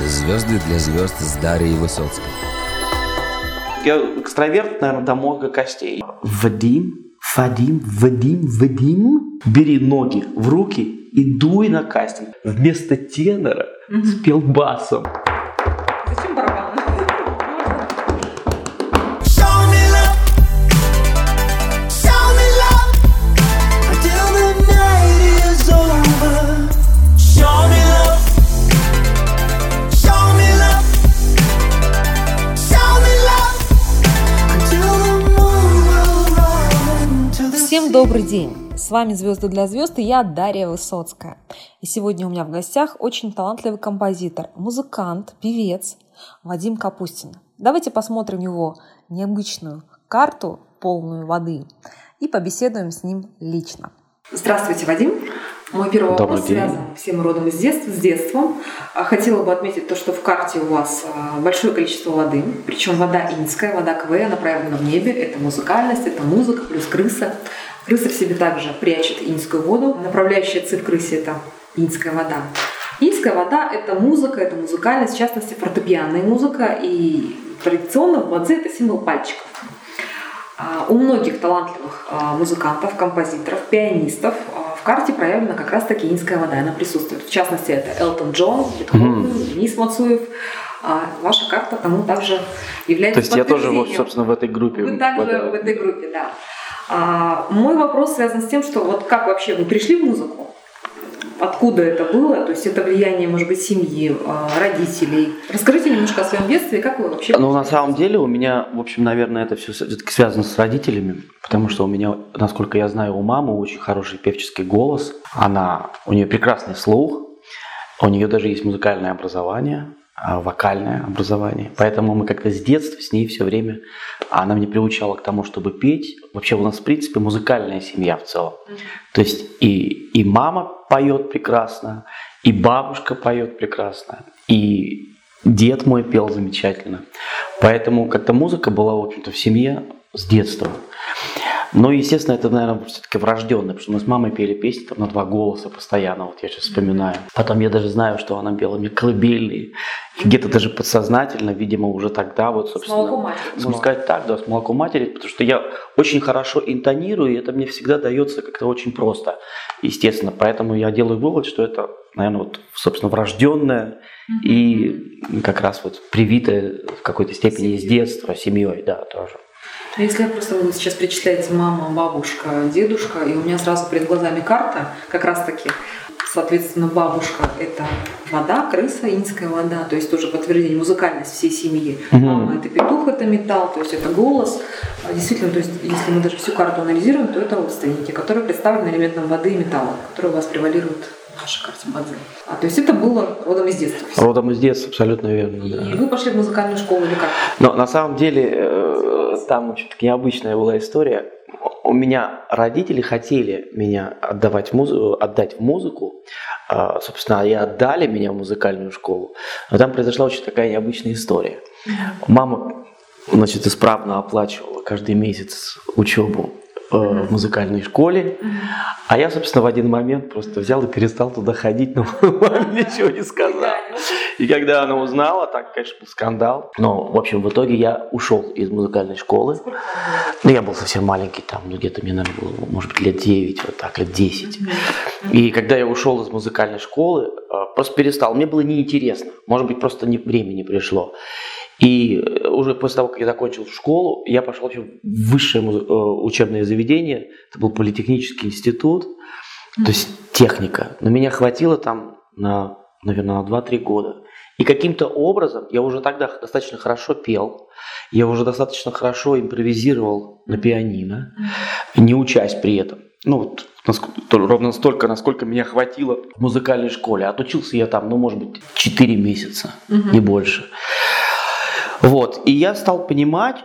Звезды для звезд с Дарьей Высоцкой. Я экстраверт, наверное, до мозга костей. Вадим, бери ноги в руки и дуй на кастинг. Вместо тенора спел басом. Зачем барабан? Всем добрый день! С вами «Звезды для звезд» и я, Дарья Высоцкая. И сегодня у меня в гостях очень талантливый композитор, музыкант, певец Вадим Капустин. Давайте посмотрим его необычную карту, полную воды, и побеседуем с ним лично. Здравствуйте, Вадим! Мой первый вопрос связан всем родом с детством. Хотела бы отметить то, что в карте у вас большое количество воды, причем вода иньская, вода КВ, направлена в небе. Это музыкальность, это музыка, плюс крыса. Крыса в себе также прячет иньскую воду. Направляющая ци в крысе – это иньская вода. Иньская вода – это музыка, это музыкальность, в частности фортепианная музыка. И традиционно в бадзе это символ пальчиков. У многих талантливых музыкантов, композиторов, пианистов в карте проявлена как раз-таки иньская вода. Она присутствует. В частности, это Элтон Джон, Бетховен, Денис Мацуев. Ваша карта тому также является подтверждением. То есть я тоже, собственно, в этой группе. Вы также в этой группе, да. Мой вопрос связан с тем, что вот как вообще вы пришли в музыку? Откуда это было? То есть это влияние, может быть, семьи, родителей. Расскажите немножко о своем детстве, как вы вообще... Ну, на самом деле у меня, в общем, наверное, это все связано с родителями, потому что у меня, насколько я знаю, у мамы очень хороший певческий голос. У нее прекрасный слух, у нее даже есть музыкальное образование, вокальное образование. Поэтому мы как-то с детства с ней все время... Она меня приучала к тому, чтобы петь. Вообще у нас, в принципе, музыкальная семья в целом. То есть и мама поет прекрасно, и бабушка поет прекрасно, и дед мой пел замечательно. Поэтому как-то музыка была, в общем-то, в семье с детства. Но, естественно, это, наверное, все-таки врожденное, потому что мы с мамой пели песни там на 2 голоса постоянно, вот я сейчас вспоминаю. Потом я даже знаю, что она пела мне колыбельные, где-то даже подсознательно, видимо, уже тогда вот, собственно... С молоком матери. Можно сказать так, да, с молоком матери, потому что я очень хорошо интонирую, и это мне всегда дается как-то очень просто, естественно. Поэтому я делаю вывод, что это, наверное, вот, собственно, врожденное и как раз вот привитое в какой-то степени с детства, семьей, да, тоже. Если я просто буду сейчас перечислять мама, бабушка, дедушка, и у меня сразу перед глазами карта, как раз таки, соответственно, бабушка – это вода, крыса, иньская вода, то есть тоже подтверждение музыкальность всей семьи. Мама – это петух, это металл, то есть это голос. Действительно, то есть если мы даже всю карту анализируем, то это родственники, которые представлены элементом воды и металла, которые у вас превалируют в нашей карте бадзе. То есть это было родом из детства. Родом из детства, абсолютно верно. И да. вы пошли в музыкальную школу или как? Но на самом деле там очень необычная была история. У меня родители хотели меня отдать в музыку, собственно, и отдали меня в музыкальную школу. Но там произошла очень такая необычная история. Мама, значит, исправно оплачивала каждый месяц учебу в музыкальной школе, а я, собственно, в один момент просто взял и перестал туда ходить, но маме ничего не сказал. И когда она узнала, так, конечно, был скандал. Но, в общем, в итоге я ушел из музыкальной школы. Ну, я был совсем маленький, там, где-то мне, наверное, было, может быть, лет 9, вот так, лет 10. И когда я ушел из музыкальной школы, просто перестал. Мне было неинтересно. Может быть, просто время не пришло. И уже после того, как я закончил школу, я пошел в высшее учебное заведение. Это был политехнический институт, то есть техника. Но меня хватило там, наверное, на 2-3 года. И каким-то образом я уже тогда достаточно хорошо пел, я уже достаточно хорошо импровизировал на пианино, не учась при этом. Ну, ровно настолько, насколько меня хватило в музыкальной школе. Отучился я там, может быть, 4 месяца, не больше. Вот, и я стал понимать,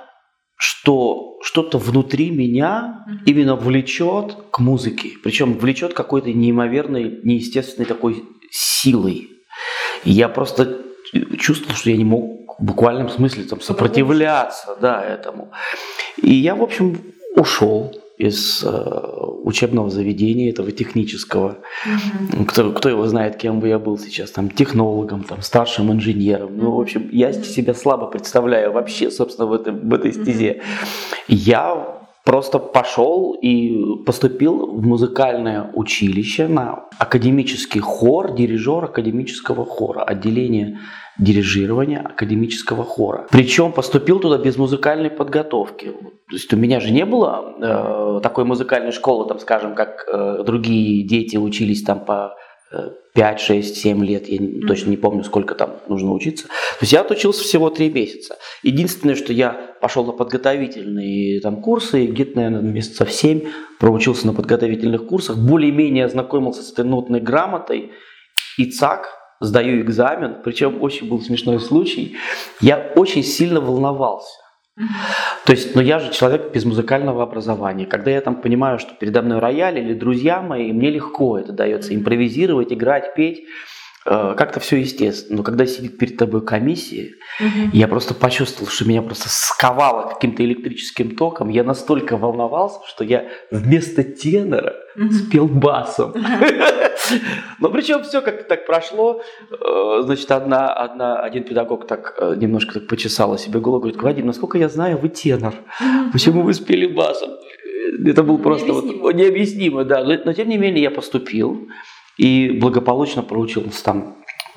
что что-то внутри меня именно влечет к музыке. Причем влечет какой-то неимоверной, неестественной такой силой. И я просто чувствовал, что я не мог в буквальном смысле там сопротивляться этому. И я, в общем, ушел из учебного заведения, этого технического. Кто его знает, кем бы я был сейчас, там, технологом, там, старшим инженером. Ну, в общем, я себя слабо представляю вообще, собственно, в этой стезе. Я просто пошел и поступил в музыкальное училище на академический хор, дирижер академического хора, отделение дирижирования академического хора. Причем поступил туда без музыкальной подготовки. То есть у меня же не было такой музыкальной школы, там, скажем, как другие дети учились там по 5, 6, 7 лет, я точно не помню, сколько там нужно учиться. То есть я отучился всего 3 месяца. Единственное, что я пошел на подготовительные там курсы, и где-то, наверное, месяцев 7 проучился на подготовительных курсах, более-менее ознакомился с этой нотной грамотой, и цак, сдаю экзамен, причем очень был смешной случай, я очень сильно волновался. То есть, я же человек без музыкального образования. Когда я там понимаю, что передо мной рояль или друзья мои, мне легко это дается импровизировать, играть, петь. Как-то все естественно. Но когда сидит перед тобой комиссия, я просто почувствовал, что меня просто сковало каким-то электрическим током. Я настолько волновался, что я вместо тенора спел басом. Но причем все как-то так прошло. Значит, один педагог так немножко так почесала себе голову, говорит: Вадим, насколько я знаю, вы тенор. Почему вы спели басом? Это было просто необъяснимо, да. Но тем не менее я поступил и благополучно проучился там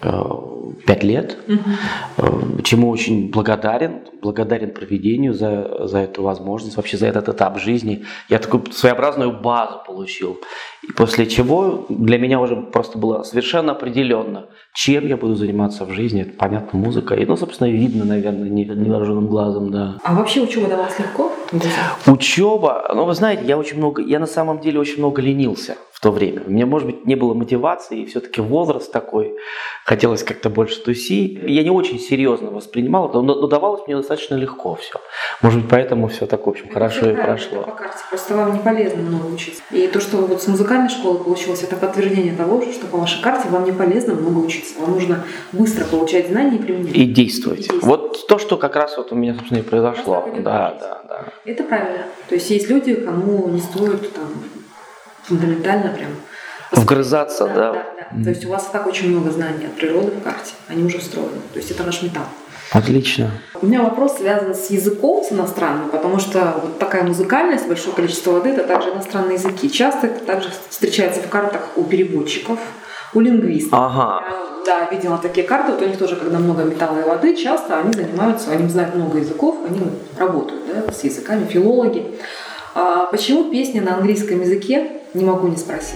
5 лет, чему очень благодарен провидению за эту возможность, вообще за этот этап жизни. Я такую своеобразную базу получил. И после чего для меня уже просто было совершенно определенно, чем я буду заниматься в жизни. Это, понятно, музыка. И, собственно, видно, наверное, невооруженным глазом, да. А вообще учеба давалась легко? Учеба, вы знаете, я на самом деле очень много ленился в то время. У меня, может быть, не было мотивации, и все-таки возраст такой, хотелось как-то больше тусить. Я не очень серьезно воспринимал это, но давалось мне достаточно легко все. Может быть, поэтому все так, в общем, хорошо и прошло. По карте. Просто вам не полезно много учиться. И то, что вот с музыкальной школы получилось, это подтверждение того, что по вашей карте вам не полезно много учиться. Вам нужно быстро получать знания и применять. И действовать. Вот то, что как раз вот у меня, собственно, и произошло. Да. Это правильно. То есть есть люди, кому не стоит там фундаментально прям вгрызаться, да. То есть у вас так очень много знаний от природы в карте, они уже встроены. То есть это ваш металл. Отлично. У меня вопрос связан с языком, с иностранным, потому что вот такая музыкальность, большое количество воды – это также иностранные языки. Часто это также встречается в картах у переводчиков, у лингвистов. Ага. Да, видела такие карты, вот у них тоже, когда много металла и воды, часто они занимаются, они знают много языков, они работают, да, с языками, филологи. Почему песня на английском языке, не могу не спросить.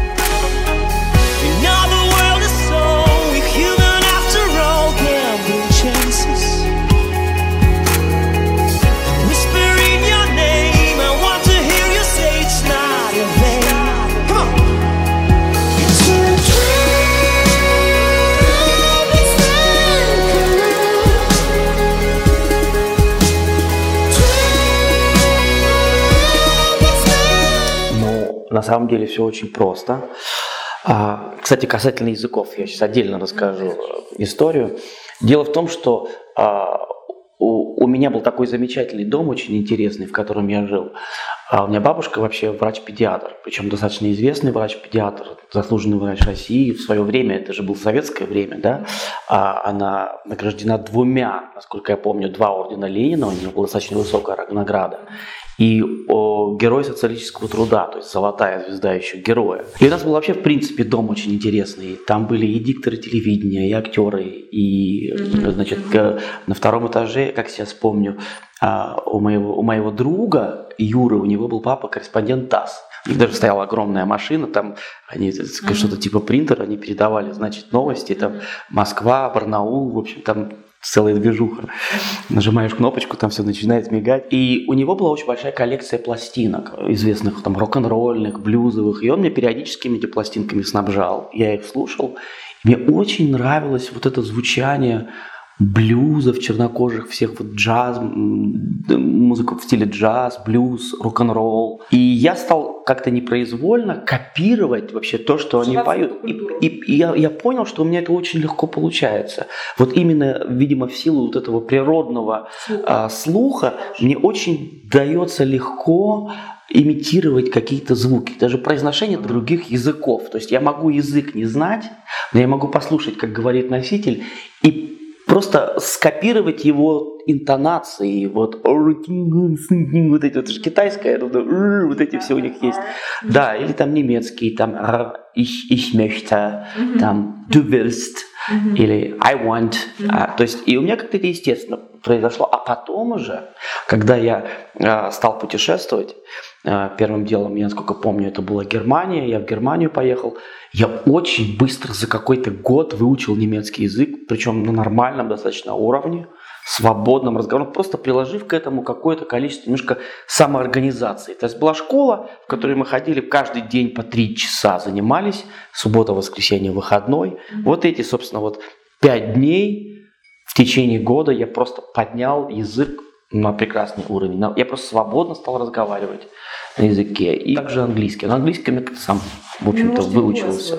На самом деле все очень просто. Кстати, касательно языков, я сейчас отдельно расскажу историю. Дело в том, что у меня был такой замечательный дом, очень интересный, в котором я жил. У меня бабушка вообще врач-педиатр, причем достаточно известный врач-педиатр, заслуженный врач России. В свое время, это же было советское время, да, она награждена 2, насколько я помню, 2 ордена Ленина, у нее была достаточно высокая награда. И герой социалистического труда, то есть золотая звезда еще героя. И у нас был вообще, в принципе, дом очень интересный. Там были и дикторы телевидения, и актеры, и, значит, на 2 этаже, как сейчас помню, у моего друга Юры, у него был папа корреспондент ТАСС. У них даже стояла огромная машина, там они что-то типа принтера, они передавали, значит, новости, там Москва, Барнаул, в общем, там целая движуха. Нажимаешь кнопочку, там все начинает мигать. И у него была очень большая коллекция пластинок, известных там рок-н-ролльных, блюзовых. И он мне периодически эти пластинками снабжал. Я их слушал. И мне очень нравилось вот это звучание блюзов чернокожих, всех вот джаз, музыку в стиле джаз, блюз, рок-н-ролл. И я стал как-то непроизвольно копировать вообще то, что они поют. И я понял, что у меня это очень легко получается. Вот именно, видимо, в силу вот этого природного слуха мне очень дается легко имитировать какие-то звуки, даже произношение других языков. То есть я могу язык не знать, но я могу послушать, как говорит носитель, и просто скопировать его интонации, вот эти вот китайское, вот эти все у них есть, да, или там немецкий, там ich möchte, там du willst, или I want, то есть и у меня как-то это естественно произошло, а потом уже, когда я стал путешествовать, первым делом, я насколько помню, это была Германия, я в Германию поехал, я очень быстро за какой-то год выучил немецкий язык, причем на нормальном достаточно уровне, свободном разговоре, просто приложив к этому какое-то количество немножко самоорганизации. То есть была школа, в которой мы ходили каждый день по 3 часа занимались, суббота, воскресенье, выходной. Вот эти, собственно, вот 5 дней в течение года я просто поднял язык на прекрасный уровень. Я просто свободно стал разговаривать на языке. И также английский. На английском я как-то сам, в общем-то, выучился.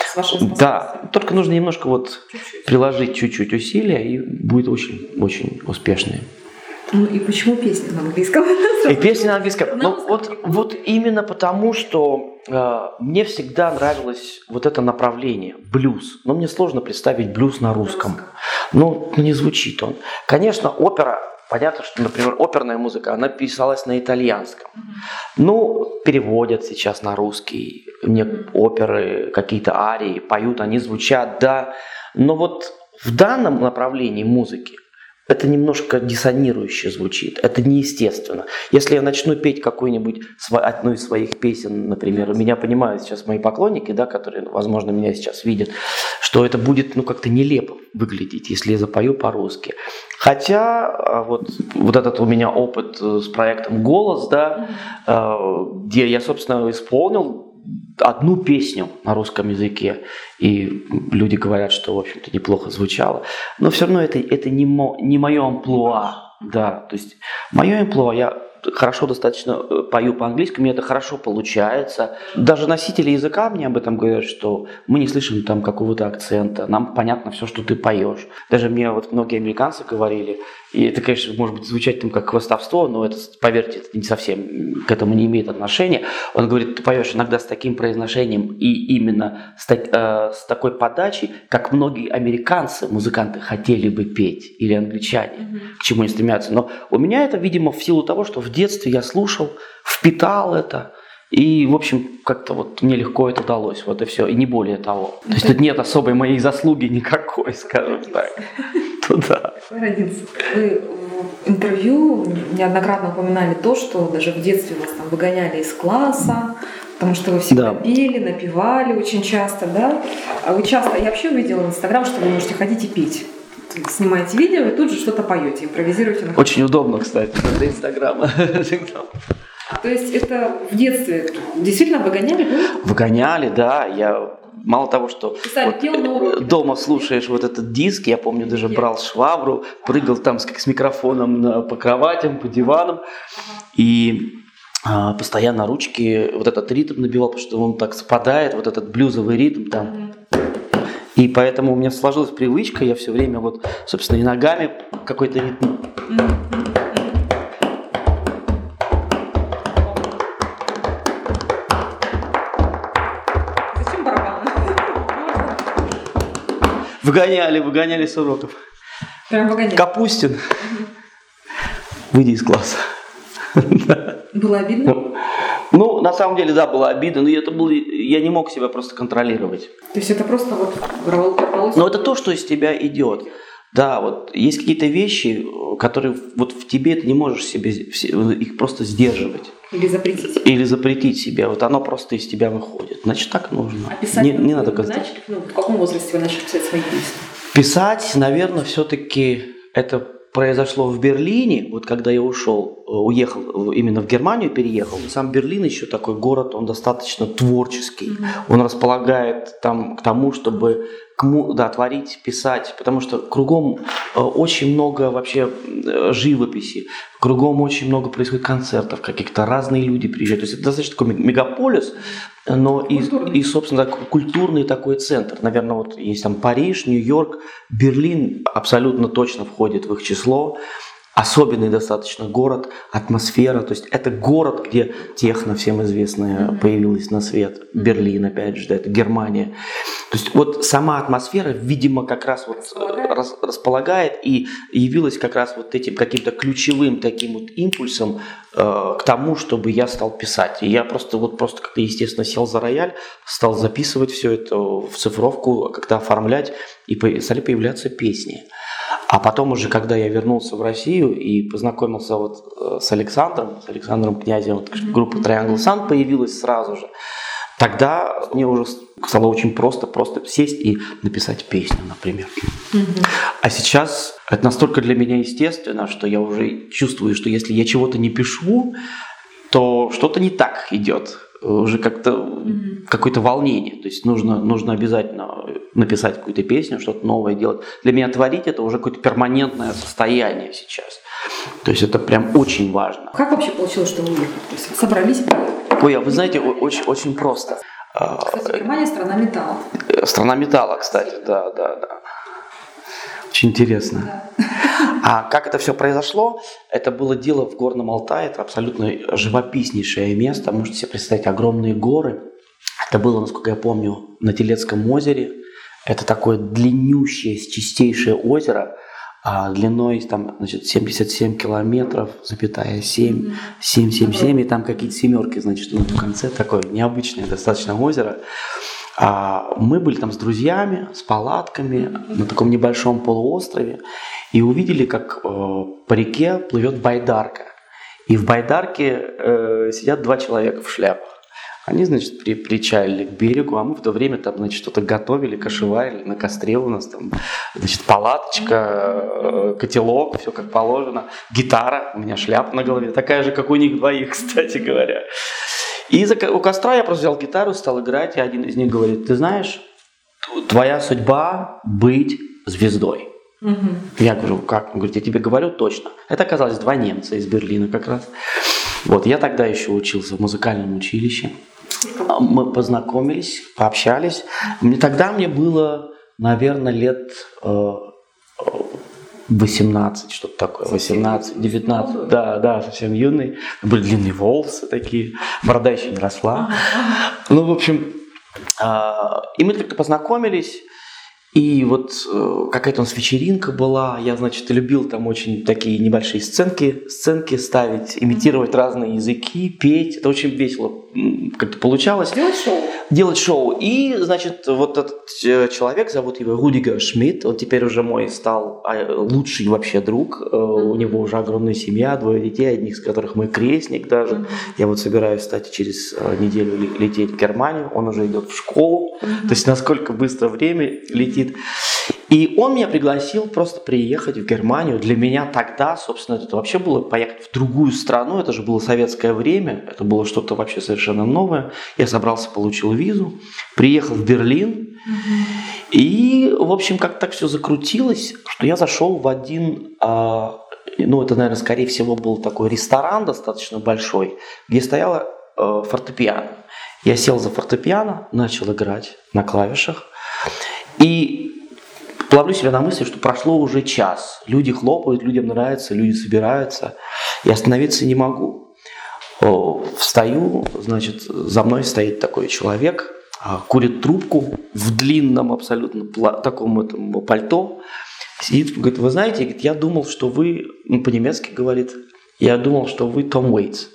Да, только нужно немножко вот приложить чуть-чуть усилия, и будет очень-очень успешно. Ну и почему песни на английском? И песни на английском. Ну вот именно потому, что мне всегда нравилось вот это направление, блюз. Но мне сложно представить блюз на русском. Ну, не звучит он. Конечно, опера. Понятно, что, например, оперная музыка, она писалась на итальянском. Ну, переводят сейчас на русский. Мне оперы, какие-то арии поют, они звучат, да. Но вот в данном направлении музыки это немножко диссонирующе звучит. Это неестественно. Если я начну петь какую-нибудь одну из своих песен, например, меня понимают сейчас мои поклонники, да, которые, возможно, меня сейчас видят, что это будет как-то нелепо выглядеть, если я запою по-русски. Хотя вот этот у меня опыт с проектом «Голос», да, где я, собственно, исполнил одну песню на русском языке, и люди говорят, что, в общем-то, неплохо звучало, но все равно это не мое амплуа, да, то есть мое амплуа, я хорошо достаточно пою по-английски, мне это хорошо получается. Даже носители языка мне об этом говорят, что мы не слышим там какого-то акцента, нам понятно все, что ты поешь. Даже мне вот многие американцы говорили, и это, конечно, может быть звучать там как хвастовство, но это, поверьте, это не совсем к этому не имеет отношения. Он говорит, ты поешь иногда с таким произношением и именно с такой подачей, как многие американцы, музыканты, хотели бы петь, или англичане, к чему они стремятся. Но у меня это, видимо, в силу того, что в детстве я слушал, впитал это, и, в общем, как-то вот мне легко это далось, вот и все, и не более того. То есть тут нет особой моей заслуги никакой, скажем так. Туда. Вы в интервью неоднократно упоминали то, что даже в детстве вас там выгоняли из класса, потому что вы всегда пели, напевали очень часто, да? А вы часто, я вообще увидела в Инстаграм, что вы можете ходить и петь. Снимаете видео и тут же что-то поете, импровизируете. Очень удобно, кстати, для Инстаграма. То есть это в детстве действительно выгоняли? Выгоняли, да. Я мало того, что дома слушаешь вот этот диск, я помню, даже брал швабру, прыгал там с микрофоном по кроватям, по диванам, и постоянно ручки вот этот ритм набивал, потому что он так спадает, вот этот блюзовый ритм там. И поэтому у меня сложилась привычка, я все время вот, собственно, и ногами какой-то ритм. Зачем барабаны? Выгоняли с уроков. Прям выгоняли? Капустин, выйди из класса. Было обидно? Ну, на самом деле, да, было обидно, но я не мог себя просто контролировать. То есть это просто вот рвалось? Но это то, что из тебя идет. Да, вот есть какие-то вещи, которые вот в тебе ты не можешь себе их просто сдерживать. Или запретить. Или запретить себе. Вот оно просто из тебя выходит. Значит, так нужно. А писать не надо начали? В каком возрасте вы начали писать свои песни? Писать, наверное, все-таки это произошло в Берлине, вот когда я уехал именно в Германию, переехал. Сам Берлин еще такой город, он достаточно творческий. Он располагает там к тому, чтобы творить, писать, потому что кругом очень много вообще живописи, кругом очень много происходит концертов каких-то, разные люди приезжают. То есть это достаточно такой мегаполис, но и собственно, культурный такой центр. Наверное, вот есть там Париж, Нью-Йорк, Берлин абсолютно точно входит в их число. особенный достаточно город, атмосфера. То есть это город, где техно, всем известная, появилась на свет. Берлин, опять же, да, это Германия. То есть вот сама атмосфера, видимо, как раз вот располагает и явилась как раз вот этим каким-то ключевым таким вот импульсом к тому, чтобы я стал писать. И я просто как-то, естественно, сел за рояль, стал записывать все это в цифровку, как-то оформлять, и стали появляться песни. А потом уже, когда я вернулся в Россию и познакомился вот с Александром Князевым, вот группа Triangle Sun появилась сразу же, тогда мне уже стало очень просто сесть и написать песню, например. А сейчас это настолько для меня естественно, что я уже чувствую, что если я чего-то не пишу, то что-то не так идет. Уже как-то какое-то волнение. То есть нужно обязательно написать какую-то песню, что-то новое делать. Для меня творить это уже какое-то перманентное состояние сейчас. То есть это прям очень важно. Как вообще получилось, что вы уехали? То есть собрались? Ой, а вы знаете, очень просто. Кстати, Германия страна металла. Страна металла, кстати, да. Очень интересно. Да. А как это все произошло? Это было дело в Горном Алтае. Это абсолютно живописнейшее место. Можете себе представить, огромные горы. Это было, насколько я помню, на Телецком озере. Это такое длиннющее, чистейшее озеро. Длиной там, 77 километров, 777, и там какие-то семерки, в конце. Такое необычное достаточно озеро. Мы были там с друзьями, с палатками на таком небольшом полуострове и увидели, как по реке плывет байдарка. И в байдарке сидят два человека в шляпах. Они, причалили к берегу, а мы в то время там, что-то готовили, кашеварили, на костре у нас там, палаточка, котелок, все как положено, гитара, у меня шляпа на голове, такая же, как у них двоих, кстати говоря. И у костра я просто взял гитару, стал играть, и один из них говорит: ты знаешь, твоя судьба быть звездой. Я говорю: как? Он говорит: я тебе говорю точно. Это оказалось два немца из Берлина как раз. Вот, я тогда еще учился в музыкальном училище. Мы познакомились, пообщались. Тогда мне было, наверное, лет 18, что-то такое, 18, 19, да, совсем юный. Были длинные волосы такие, борода еще не росла. Ну, в общем, и мы как-то познакомились. И вот какая-то у нас вечеринка была, я, любил там очень такие небольшие сценки ставить, имитировать разные языки, петь. Это очень весело как-то получалось. Делать шоу. И, вот этот человек, зовут его Рудигер Шмидт, он теперь уже мой стал лучший вообще друг. У него уже огромная семья, 2 детей, одних из которых мой крестник даже. Я вот собираюсь, кстати, через неделю лететь в Германию, он уже идет в школу. То есть насколько быстро время летит. И он меня пригласил просто приехать в Германию. Для меня тогда, собственно, это вообще было поехать в другую страну. Это же было советское время. Это было что-то вообще совершенно новое. Я собрался, получил визу, приехал в Берлин. И, в общем, как так все закрутилось, что я зашел в один, это, наверное, скорее всего, был такой ресторан достаточно большой, где стояло фортепиано. Я сел за фортепиано, начал играть на клавишах. И ловлю себя на мысли, что прошло уже час. Люди хлопают, людям нравится, люди собираются. И остановиться не могу. Встаю, за мной стоит такой человек, курит трубку в длинном абсолютно таком пальто. Сидит, говорит: вы знаете, я думал, что вы, по-немецки говорит, я думал, что вы Том Уэйтс.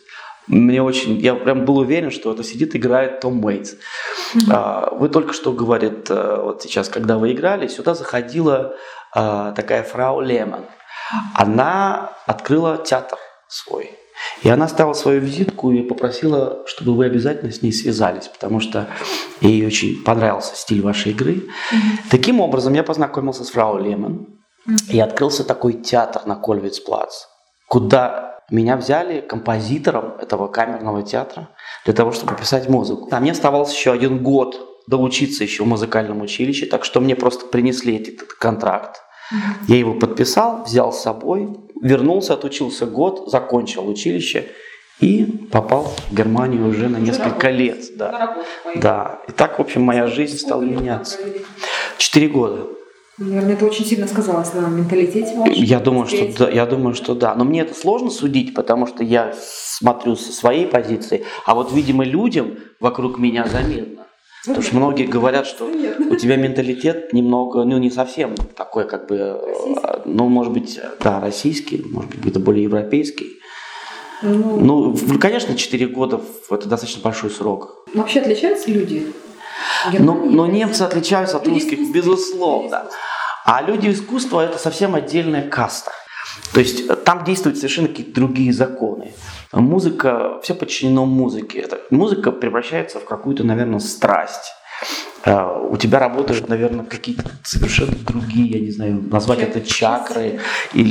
Я прям был уверен, что это сидит, играет Том Уэйтс. Вы только что, говорит, вот сейчас, когда вы играли, сюда заходила такая фрау Лемон. Она открыла театр свой. И она ставила свою визитку и попросила, чтобы вы обязательно с ней связались, потому что ей очень понравился стиль вашей игры. Таким образом, я познакомился с фрау Лемон, и открылся такой театр на Кольвицплац, куда меня взяли композитором этого камерного театра для того, чтобы писать музыку. А мне оставался еще 1 год доучиться еще в музыкальном училище, так что мне просто принесли этот контракт. Я его подписал, взял с собой, вернулся, отучился год, закончил училище и попал в Германию уже на несколько лет. Да. И так, в общем, моя жизнь стала меняться. 4 года. Наверное, это очень сильно сказалось на менталитете вашем. Я думаю, что да. Но мне это сложно судить, потому что я смотрю со своей позиции, а вот, видимо, людям вокруг меня заметно. Потому что многие говорят, что у тебя менталитет немного, не совсем такой, как бы, может быть, да, российский, может быть, где-то более европейский. Конечно, 4 года – это достаточно большой срок. Вообще отличаются люди? Но немцы отличаются от русских, безусловно. А люди искусства – это совсем отдельная каста. То есть там действуют совершенно какие-то другие законы. Музыка, все подчинено музыке. Музыка превращается в какую-то, наверное, страсть. У тебя работают, наверное, какие-то совершенно другие, я не знаю, назвать это чакры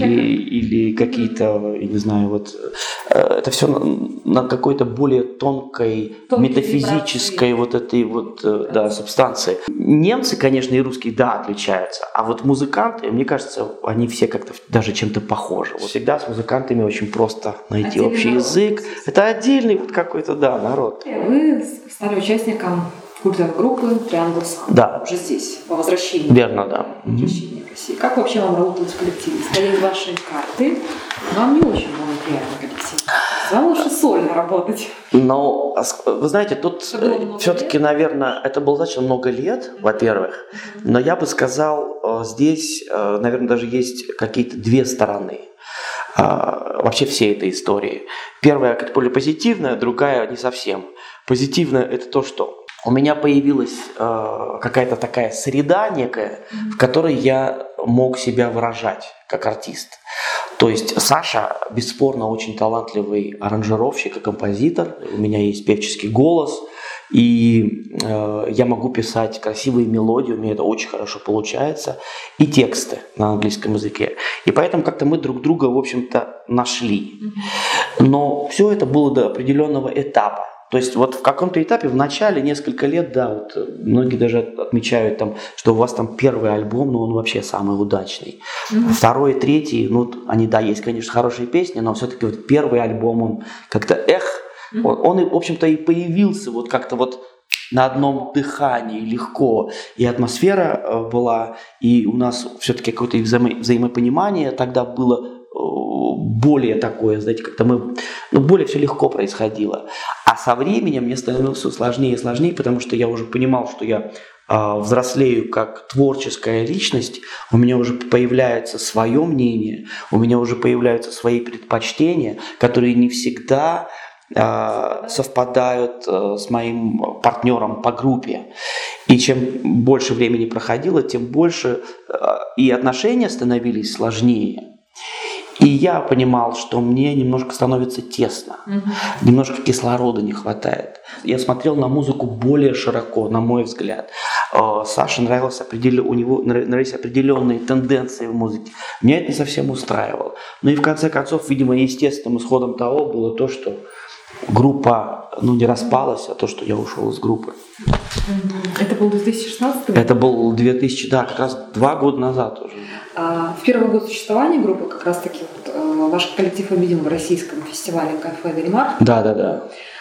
или какие-то, я не знаю, вот это все на какой-то более тонкой метафизической вот этой вот субстанции. Немцы, конечно, и русские, да, отличаются, а вот музыканты, мне кажется, они все как-то даже чем-то похожи. Вот всегда с музыкантами очень просто найти общий язык. Это отдельный вот какой-то, да, народ. Вы стали участником культовой группы Triangle Sound. Да. Уже здесь, по возвращении. Верно, да. Возвращении в Россию. Как вообще вам работать в коллективе? Исходя из вашей карты, вам не очень много приятный коллектив. Вам лучше сольно работать. Но, вы знаете, тут все-таки, наверное, это было достаточно много лет, во-первых. Но я бы сказал, здесь, наверное, даже есть какие-то две стороны вообще всей этой истории. Первая как-то более позитивная, другая не совсем. Позитивная – это то, что у меня появилась какая-то такая среда некая, в которой я мог себя выражать как артист. То есть Саша, бесспорно, очень талантливый аранжировщик и композитор. У меня есть певческий голос, и я могу писать красивые мелодии, у меня это очень хорошо получается, и тексты на английском языке. И поэтому как-то мы друг друга, в общем-то, нашли. Но все это было до определенного этапа. То есть вот в каком-то этапе, в начале, несколько лет, да, вот многие даже отмечают, там, что у вас там первый альбом, но он вообще самый удачный. Второй, третий, они, да, есть, конечно, хорошие песни, но все-таки вот первый альбом, он как-то он, в общем-то, и появился вот как-то вот на одном дыхании, легко. И атмосфера была, и у нас все-таки какое-то взаимопонимание тогда было более такое, знаете, как-то более все легко происходило. А со временем мне становилось все сложнее и сложнее, потому что я уже понимал, что я взрослею как творческая личность, у меня уже появляется свое мнение, у меня уже появляются свои предпочтения, которые не всегда совпадают с моим партнером по группе. И чем больше времени проходило, тем больше и отношения становились сложнее. И я понимал, что мне немножко становится тесно, немножко кислорода не хватает. Я смотрел на музыку более широко, на мой взгляд. Саше нравились определенные тенденции в музыке. Меня это не совсем устраивало. Ну и в конце концов, видимо, естественным исходом того было то, что группа не распалась, а то, что я ушел из группы. Это был 2016 год? Это был 2000, да, как раз 2 года назад уже. В первый год существования группы как раз-таки ваш коллектив победил в российском фестивале «Кафе Дель Мар». Да.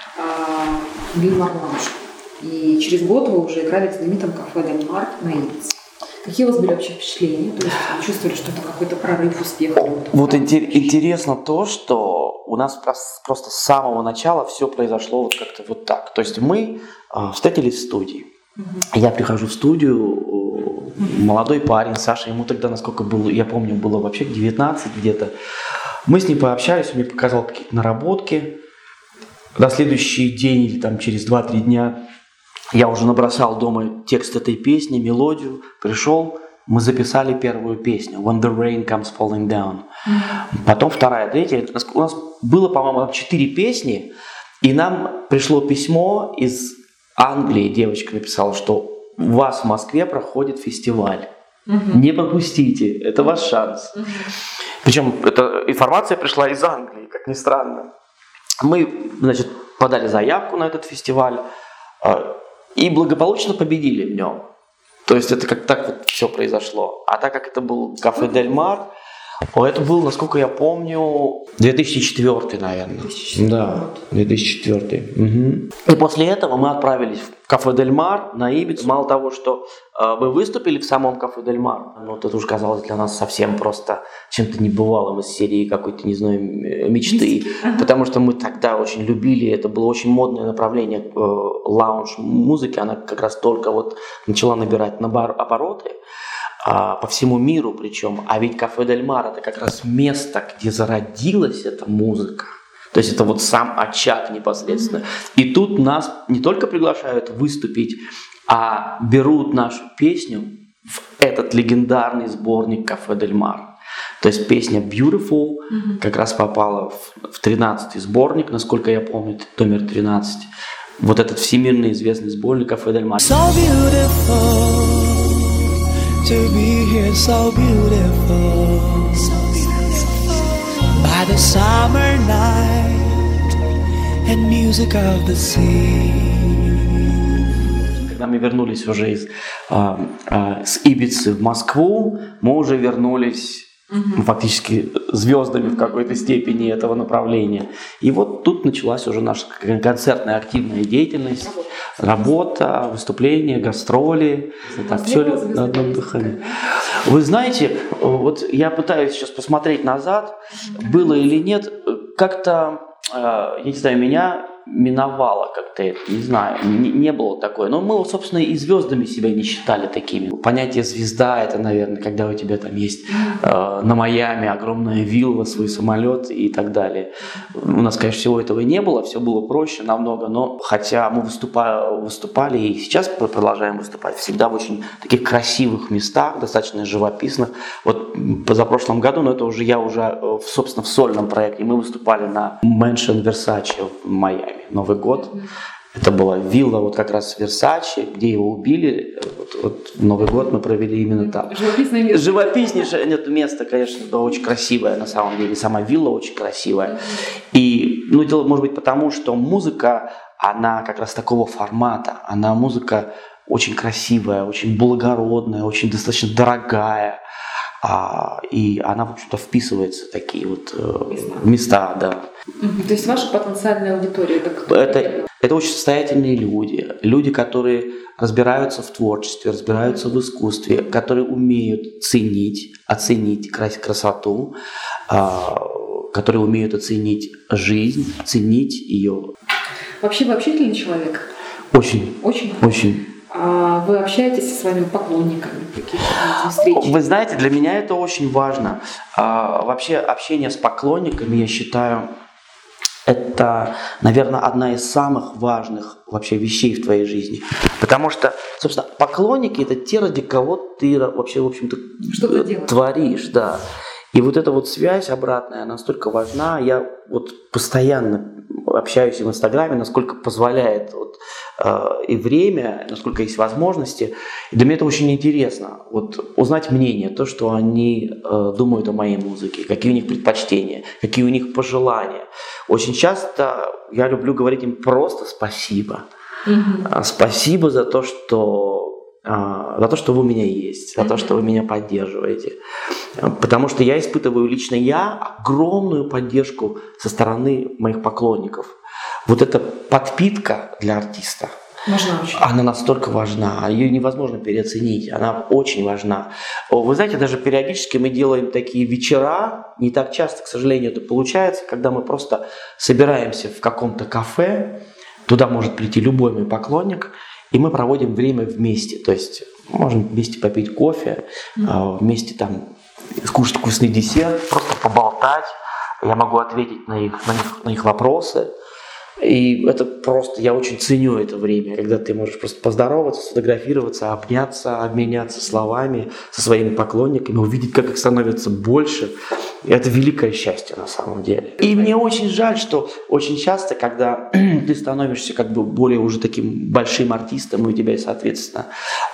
Дель Мар Лаунж. И через год вы уже играли в знаменитом «Кафе Дель Мар» на Ибице. Какие у вас были вообще впечатления? То есть вы чувствовали, что это какой-то прорыв, успех? Вот интересно то, что у нас просто с самого начала все произошло вот как-то вот так. То есть мы встретились в студии. Я прихожу в студию, молодой парень, Саша, ему тогда, насколько было, я помню, было вообще 19 где-то. Мы с ним пообщались, он мне показал какие-то наработки. На следующий день или там через 2-3 дня я уже набросал дома текст этой песни, мелодию, пришел, мы записали первую песню «When the rain comes falling down». Потом вторая, третья. У нас было, по-моему, 4 песни, и нам пришло письмо из Англии. Девочка написала, что у вас в Москве проходит фестиваль. Не пропустите, это ваш шанс. Причем эта информация пришла из Англии, как ни странно. Мы, значит, подали заявку на этот фестиваль и благополучно победили в нем. То есть это как так вот все произошло. А так как это был «Кафе Дель Мар», Это был, насколько я помню, 2004, наверное. 2004. Да, 2004. Угу. И после этого мы отправились в кафе Дель Мар на Ибицу. Мало того, что мы выступили в самом кафе Дель Мар, но это уже казалось для нас совсем просто чем-то небывалым из серии какой-то, не знаю, мечты. Потому что мы тогда очень любили, это было очень модное направление лаунж-музыки. Она как раз только вот начала набирать обороты. По всему миру причем. А ведь кафе Дель Мар — это как раз место, где зародилась эта музыка. То есть это вот сам очаг непосредственно. И тут нас не только приглашают выступить, а берут нашу песню в этот легендарный сборник кафе Дель Мар. То есть песня Beautiful как раз попала в 13-й сборник, насколько я помню, номер 13. Вот этот всемирно известный сборник кафе Дель Мар. So beautiful. To be here, so beautiful, by the summer night and music of the sea. Когда мы вернулись уже с Ибицы в Москву, мы уже вернулись фактически звездами в какой-то степени этого направления. И вот тут началась уже наша концертная активная деятельность, работа, выступления, гастроли. Так, все на одном дыхании. Вы знаете, вот я пытаюсь сейчас посмотреть назад, было или нет, как-то, я не знаю, меня миновало как-то это, не знаю, не было такое. Но мы, собственно, и звездами себя не считали такими. Понятие звезда — это, наверное, когда у тебя там есть на Майами огромная вилла, свой самолет и так далее. У нас, конечно, всего этого и не было, все было проще намного, но хотя мы выступали и сейчас продолжаем выступать всегда в очень таких красивых местах, достаточно живописных. Вот позапрошлом году, но это уже я собственно, в сольном проекте, мы выступали на Mansion Versace в Майами. Новый год. Это была вилла вот как раз Версаче, где его убили. Вот Новый год мы провели именно там. Живописное место. Живописнейшее место, конечно, да, очень красивое на самом деле. Сама вилла очень красивая. И, дело может быть потому, что музыка, она как раз такого формата. Она музыка очень красивая, очень благородная, очень достаточно дорогая. И она, в общем-то, вписывается в такие вот места, да. То есть ваша потенциальная аудитория это кто? Это очень состоятельные люди, которые разбираются в творчестве, разбираются в искусстве, которые умеют оценить красоту, которые умеют оценить жизнь, ценить ее. Вообще вы общительный человек? Очень. Очень? Очень. А вы общаетесь со своими поклонниками? Какие-то встречи? Вы знаете, для меня это очень важно. Вообще общение с поклонниками, я считаю, это, наверное, одна из самых важных вообще вещей в твоей жизни. Потому что, собственно, поклонники — это те, ради кого ты вообще, в общем-то, творишь. Да. И вот эта вот связь обратная настолько важна. Я вот постоянно общаюсь в Инстаграме, насколько позволяет и время, насколько есть возможности. И для меня это очень интересно. Вот узнать мнение, то, что они думают о моей музыке, какие у них предпочтения, какие у них пожелания. Очень часто я люблю говорить им просто спасибо. Спасибо за то, что вы у меня есть, за то, что вы меня поддерживаете. Потому что я испытываю лично огромную поддержку со стороны моих поклонников. Вот эта подпитка для артиста, она настолько важна, ее невозможно переоценить, она очень важна. Вы знаете, даже периодически мы делаем такие вечера, не так часто, к сожалению, это получается, когда мы просто собираемся в каком-то кафе, туда может прийти любой мой поклонник, и мы проводим время вместе, то есть можем вместе попить кофе, вместе там скушать вкусный десерт, просто поболтать, я могу ответить на их вопросы. И это просто, я очень ценю это время, когда ты можешь просто поздороваться, сфотографироваться, обняться, обменяться словами со своими поклонниками, увидеть, как их становится больше. И это великое счастье на самом деле. И мне очень жаль, что очень часто, когда ты становишься как бы более уже таким большим артистом, и у тебя, соответственно,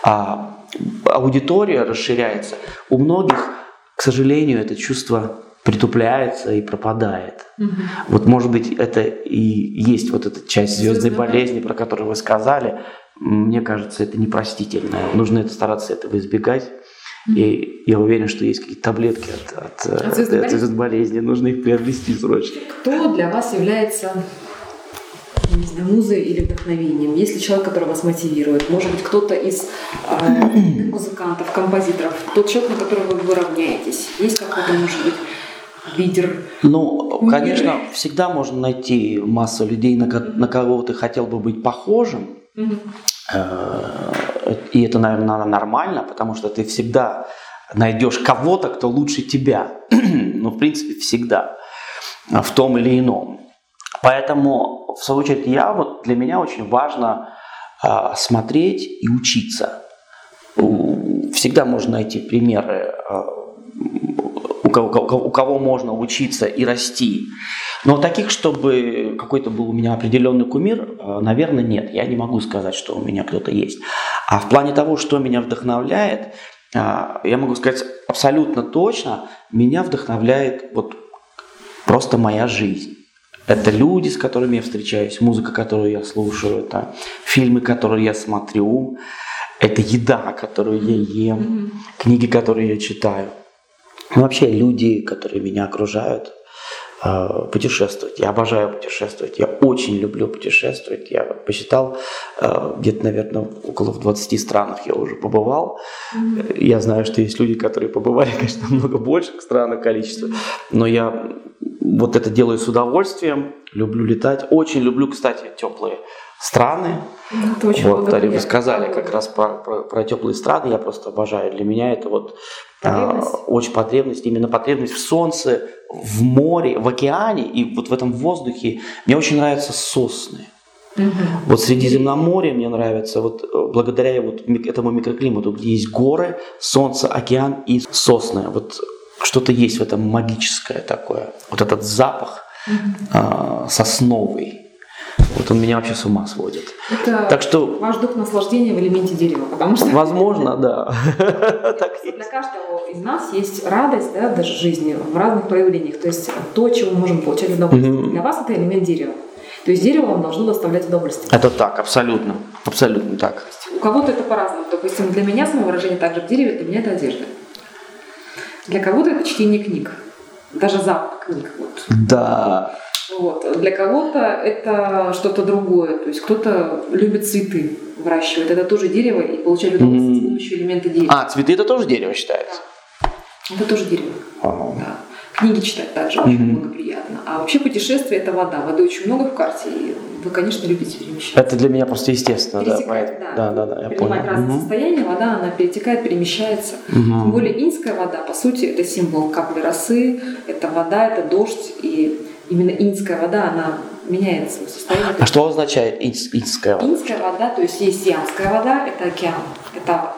аудитория расширяется, у многих, к сожалению, это чувство притупляется и пропадает. Вот, может быть, это и есть вот эта часть звездной болезни, про которую вы сказали. Мне кажется, это непростительно. Нужно стараться этого избегать. И я уверен, что есть какие-то таблетки от звезд болезни. Нужно их приобрести срочно. Кто для вас является, не знаю, музой или вдохновением? Есть ли человек, который вас мотивирует? Может быть, кто-то из музыкантов, композиторов, тот человек, на которого вы равняетесь? Есть какой-то, может быть, лидер? Ну, конечно, всегда можно найти массу людей, на кого ты хотел бы быть похожим. И это, наверное, нормально, потому что ты всегда найдешь кого-то, кто лучше тебя. Ну, в принципе, всегда. В том или ином. Поэтому, в свою очередь, для меня очень важно смотреть и учиться. Всегда можно найти примеры, у кого можно учиться и расти. Но таких, чтобы какой-то был у меня определенный кумир, наверное, нет. Я не могу сказать, что у меня кто-то есть. А в плане того, что меня вдохновляет, я могу сказать абсолютно точно, меня вдохновляет просто моя жизнь. Это люди, с которыми я встречаюсь, музыка, которую я слушаю, это фильмы, которые я смотрю, это еда, которую я ем, книги, которые я читаю. Ну, вообще люди, которые меня окружают, путешествовать. Я обожаю путешествовать. Я очень люблю путешествовать. Я посчитал, где-то, наверное, около 20 странах я уже побывал. Я знаю, что есть люди, которые побывали, конечно, намного больше странах количества. Но я это делаю с удовольствием. Люблю летать. Очень люблю, кстати, теплые страны. Это очень Вы сказали как раз про теплые страны. Я просто обожаю. Для меня это очень потребность, именно потребность в солнце, в море, в океане и в этом воздухе. Мне очень нравятся сосны. Средиземноморье мне нравится благодаря этому микроклимату, где есть горы, солнце, океан и сосны. Что-то есть в этом магическое такое. Этот запах сосновый. Он меня вообще с ума сводит. Это так что, ваш дух наслаждения в элементе дерева, потому что... Возможно, да. Для каждого из нас есть радость, даже жизни в разных проявлениях. То есть то, чего мы можем получать удовольствие. Для вас это элемент дерева. То есть дерево вам должно доставлять удовольствие. Это так, абсолютно. Абсолютно так. У кого-то это по-разному. Допустим, для меня самовыражение также в дереве, для меня это одежда. Для кого-то это чтение книг. Даже запах книг. Да. Для кого-то это что-то другое. То есть кто-то любит цветы выращивать. Это тоже дерево и получать удовольствие с помощью элемента дерева. Цветы это тоже дерево считается? Да. Это тоже дерево. Да. Книги читать также очень благоприятно. А вообще путешествие – это вода. Воды очень много в карте, и вы, конечно, любите перемещаться. Это для меня просто естественно. Перетекает, да, я принимать понял. разные состояния, вода, она перетекает, перемещается. Тем более иньская вода, по сути, это символ капли росы, это вода, это дождь, и именно иньская вода, она меняет свое состояние. А что означает иньская вода? Иньская вода, то есть есть янская вода, это океан, это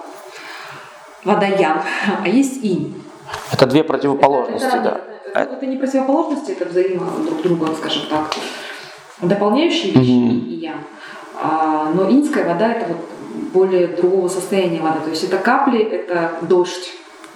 вода ян, а есть инь. Это две противоположности, да. Это не противоположности, это взаимо друг друга, скажем так, дополняющие вещи и ян. Но иньская вода это более другого состояния вода. То есть это капли, это дождь.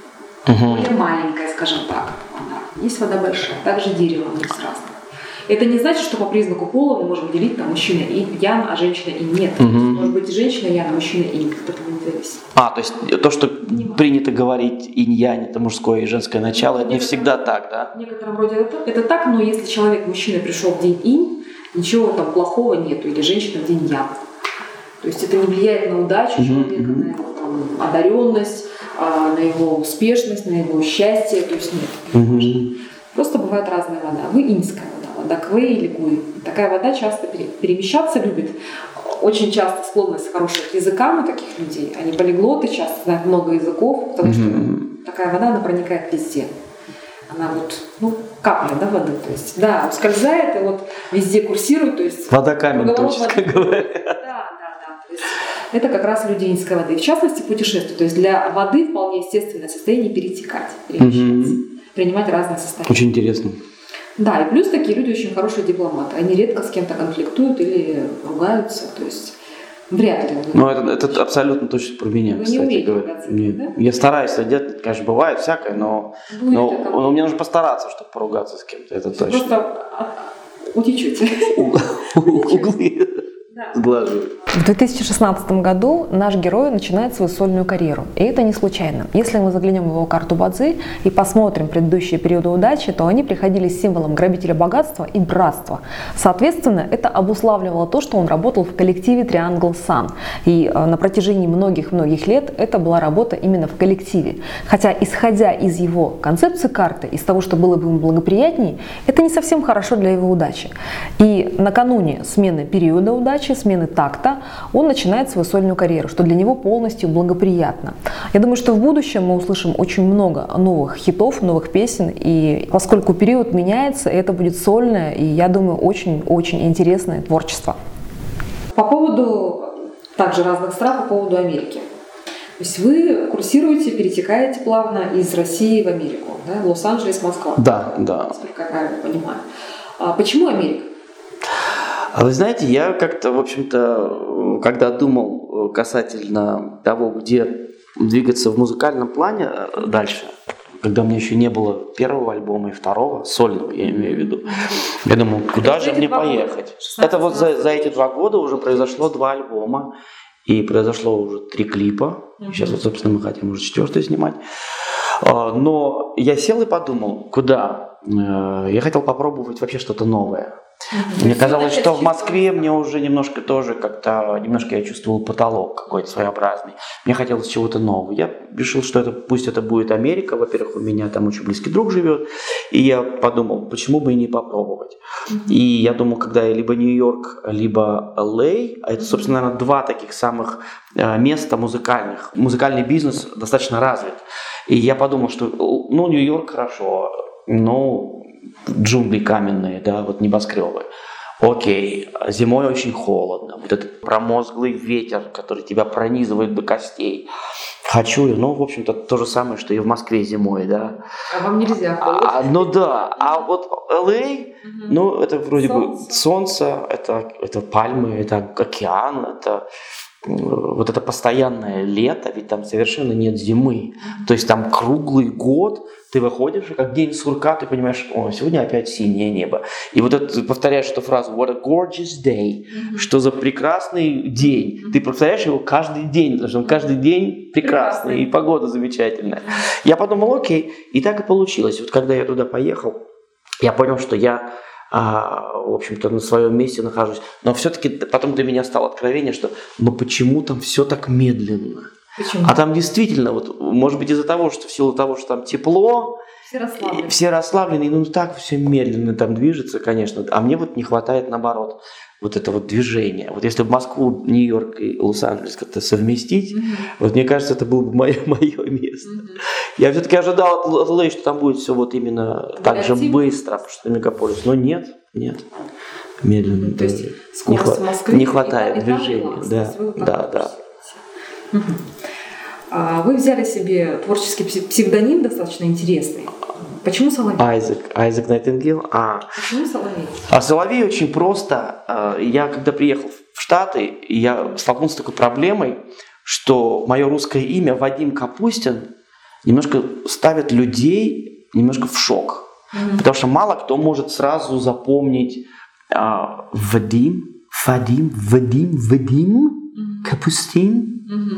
Более маленькая, скажем так. Есть вода большая, также дерево, у них разное. Это не значит, что по признаку пола мы можем делить мужчина и ян, а женщина и нет. Может быть и женщина ян, а мужчина и нет. Это не зависит. То есть то, что принято говорить инь-янь, это мужское и женское начало, это не всегда так, да? В некотором роде это так, но если человек, мужчина, пришел в день инь, ничего плохого нету, или женщина в день ян. То есть это не влияет на удачу человека, на его одаренность, на его успешность, на его счастье, то есть нет. Просто бывает разная вода. Вы иньская вода квей или гуй. Такая вода часто перемещаться любит. Очень часто склонность хорошая к языкам у таких людей. Они полиглоты, часто знают много языков, потому что такая вода, она проникает везде. Она капля, воды. То есть, ускользает и везде курсирует. То есть, вода камень, точно говоря. Да. То есть, это как раз люди иньской воды. В частности, путешествия. То есть для воды вполне естественное состояние перетекать, перемещаться, принимать разные состояния. Очень интересно. Да, и плюс такие люди очень хорошие дипломаты. Они редко с кем-то конфликтуют или ругаются. То есть вряд ли. Это абсолютно точно про меня, вы кстати не умеете говоря. ругаться, да? Я стараюсь, конечно, бывает всякое, но мне нужно постараться, чтобы поругаться с кем-то. Это точно. Просто утечете. Углы. Сглаживаю. В 2016 году наш герой начинает свою сольную карьеру. И это не случайно. Если мы заглянем в его карту Бадзи и посмотрим предыдущие периоды удачи, то они приходили с символом грабителя богатства и братства. Соответственно, это обуславливало то, что он работал в коллективе Triangle Sun. И на протяжении многих-многих лет это была работа именно в коллективе. Хотя, исходя из его концепции карты, из того, что было бы ему благоприятней, это не совсем хорошо для его удачи. И накануне смены периода удачи, смены такта, он начинает свою сольную карьеру, что для него полностью благоприятно. Я думаю, что в будущем мы услышим очень много новых хитов, новых песен, и поскольку период меняется, это будет сольное, и, я думаю, очень-очень интересное творчество. По поводу также разных стран, по поводу Америки. То есть вы курсируете, перетекаете плавно из России в Америку, да? Лос-Анджелес, Москва. Да. Насколько я правильно понимаю. А почему Америка? Вы знаете, я как-то, в общем-то, когда думал касательно того, где двигаться в музыкальном плане дальше, когда у меня еще не было первого альбома и второго, сольного, я имею в виду, я думал, куда же мне поехать? Это вот за эти 2 года уже произошло 2 альбома, и произошло уже 3 клипа. Сейчас вот, собственно, мы хотим уже 4-й снимать. Но я сел и подумал, куда? Я хотел попробовать вообще что-то новое. Мне казалось, что в Москве мне уже немножко я чувствовал потолок какой-то своеобразный. Мне хотелось чего-то нового. Я решил, что пусть это будет Америка. Во-первых, у меня там очень близкий друг живет. И я подумал, почему бы и не попробовать. И я думал, когда я либо Нью-Йорк, либо Л.А., а это, собственно, наверное, 2 таких самых места музыкальных. Музыкальный бизнес достаточно развит. И я подумал, что, Нью-Йорк хорошо, джунгли каменные, да, вот небоскребы. Окей, зимой очень холодно. Вот этот промозглый ветер, который тебя пронизывает до костей. Хочу, в общем-то, то же самое, что и в Москве зимой, да. А вам нельзя холодно? А вот Л.А., это вроде бы солнце, это пальмы, это океан, это вот это постоянное лето, ведь там совершенно нет зимы. То есть там круглый год ты выходишь, и как день сурка, ты понимаешь, сегодня опять синее небо. И вот это, ты повторяешь эту фразу, what a gorgeous day, что за прекрасный день. Ты повторяешь его каждый день, потому что он каждый день прекрасный, и погода замечательная. Я подумал, окей, и так и получилось. Вот когда я туда поехал, я понял, что я в общем-то, на своем месте нахожусь. Но все-таки потом для меня стало откровение, что почему там все так медленно? Почему? А там действительно, может быть, из-за того, что в силу того, что там тепло, все расслаблены, так все медленно там движется, конечно. А мне не хватает, наоборот, это движение. Если в Москву, Нью-Йорк и Лос-Анджелес как-то совместить, мне кажется, это было бы мое место. Я все-таки ожидал от Л.А., что там будет все именно так же быстро, что мегаполис. Но нет. Медленно. То есть скорость в Москве не хватает движения. Да. Вы взяли себе творческий псевдоним достаточно интересный. Почему Соловей? Айзек Найтингейл. Почему Соловей? Соловей очень просто. Я когда приехал в Штаты, я столкнулся с такой проблемой, что мое русское имя Вадим Капустин немножко ставит людей немножко в шок. Потому что мало кто может сразу запомнить Вадим, Капустин,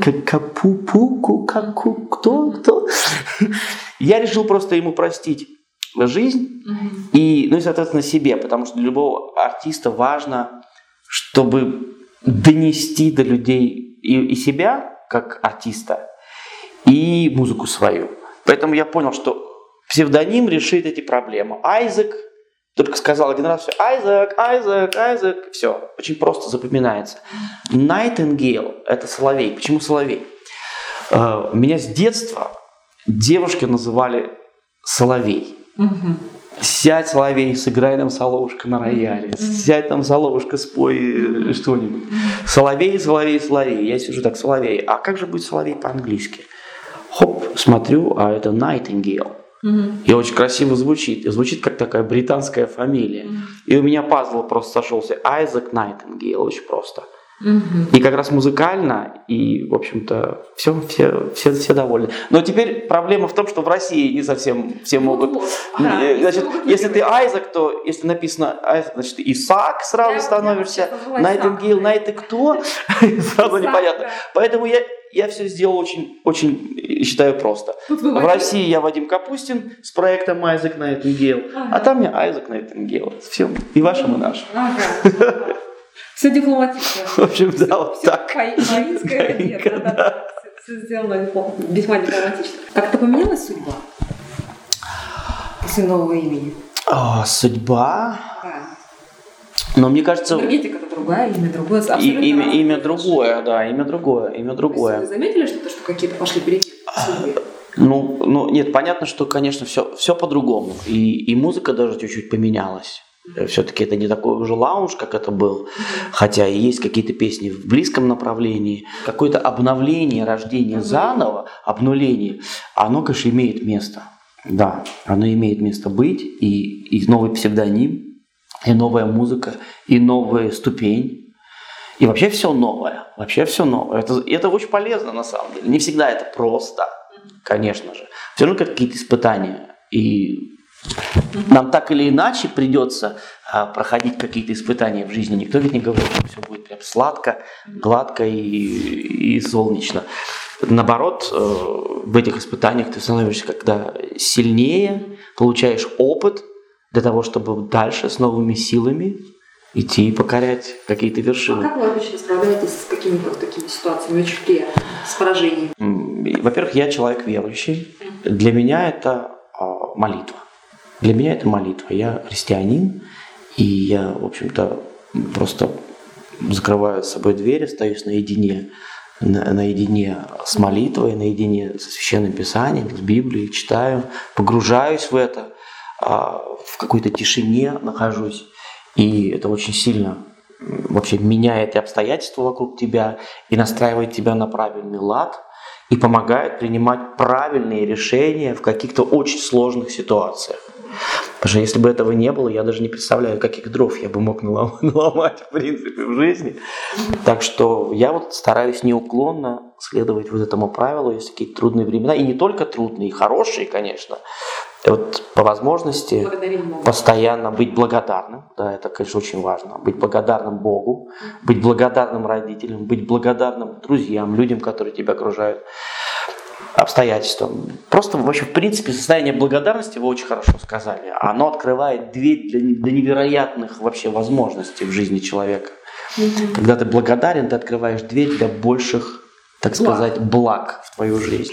кто? Я решил просто ему простить жизнь и, соответственно, себе, потому что для любого артиста важно, чтобы донести до людей и себя, как артиста, и музыку свою. Поэтому я понял, что псевдоним решит эти проблемы. Айзек, только сказал один раз, все, Айзек, все, очень просто запоминается. Найтингейл – это соловей. Почему соловей? Меня с детства девушки называли соловей. Сядь, соловей, сыграй нам соловушка на рояле. Сядь там, соловушка, спой что-нибудь. Соловей. Я сижу так, соловей. А как же будет соловей по-английски? Хоп, смотрю, а это Nightingale. И очень красиво звучит. И звучит как такая британская фамилия. И у меня пазл просто сошелся. Айзек Найтингейл, очень просто. И как раз музыкально, и, в общем-то, все довольны. Но теперь проблема в том, что в России не совсем все могут... Значит, если ты Айзек, то если написано Айзек, значит, ты Исаак сразу становишься, Найтингейл, Найт и кто? Сразу непонятно. Поэтому я все сделал очень, считаю, просто. В России я Вадим Капустин с проектом Айзек Найтингейл, а там я Айзек Найтингейл. Все, и вашим, и нашим. Все дипломатично. В общем, да, вот так. Воинское нет. Все сделано весьма дипломатично. Как-то поменялась судьба после нового имени? Судьба? Да. Но мне кажется... Энергетика-то другая, имя другое. Имя другое, да, имя другое. Вы заметили что какие-то пошли перемены в судьбе? Ну, нет, понятно, что, конечно, все по-другому. И музыка даже чуть-чуть поменялась. Все-таки это не такой уже лаунж, как это был, хотя и есть какие-то песни в близком направлении. Какое-то обновление, рождение заново, обнуление, оно, конечно, имеет место. Да, оно имеет место быть, и новый псевдоним, и новая музыка, и новая ступень. И вообще все новое. Это очень полезно, на самом деле. Не всегда это просто, конечно же. Все равно какие-то испытания. И нам так или иначе придется проходить какие-то испытания в жизни. Никто ведь не говорит, что все будет прям сладко, гладко и солнечно. Наоборот, в этих испытаниях ты становишься когда сильнее, получаешь опыт для того, чтобы дальше с новыми силами идти и покорять какие-то вершины. А как вы обычно справляетесь с какими-то такими ситуациями, очень приятными, с поражением? Во-первых, я человек верующий. Для меня это молитва. Я христианин, и я, в общем-то, просто закрываю с собой дверь, остаюсь наедине с молитвой, наедине со Священным Писанием, с Библией, читаю, погружаюсь в это, в какой-то тишине нахожусь, и это очень сильно вообще меняет и обстоятельства вокруг тебя, и настраивает тебя на правильный лад, и помогает принимать правильные решения в каких-то очень сложных ситуациях. Потому что если бы этого не было, я даже не представляю, каких дров я бы мог наломать, в принципе, в жизни. Так что я вот стараюсь неуклонно следовать вот этому правилу, если какие-то трудные времена, и не только трудные, и хорошие, конечно. Вот по возможности постоянно быть благодарным, да, это, конечно, очень важно, быть благодарным Богу, быть благодарным родителям, быть благодарным друзьям, людям, которые тебя окружают, обстоятельствам. Просто, вообще, в принципе, состояние благодарности, вы очень хорошо сказали, оно открывает дверь для невероятных вообще возможностей в жизни человека. Когда ты благодарен, ты открываешь дверь для больших, так сказать, благ в твою жизнь.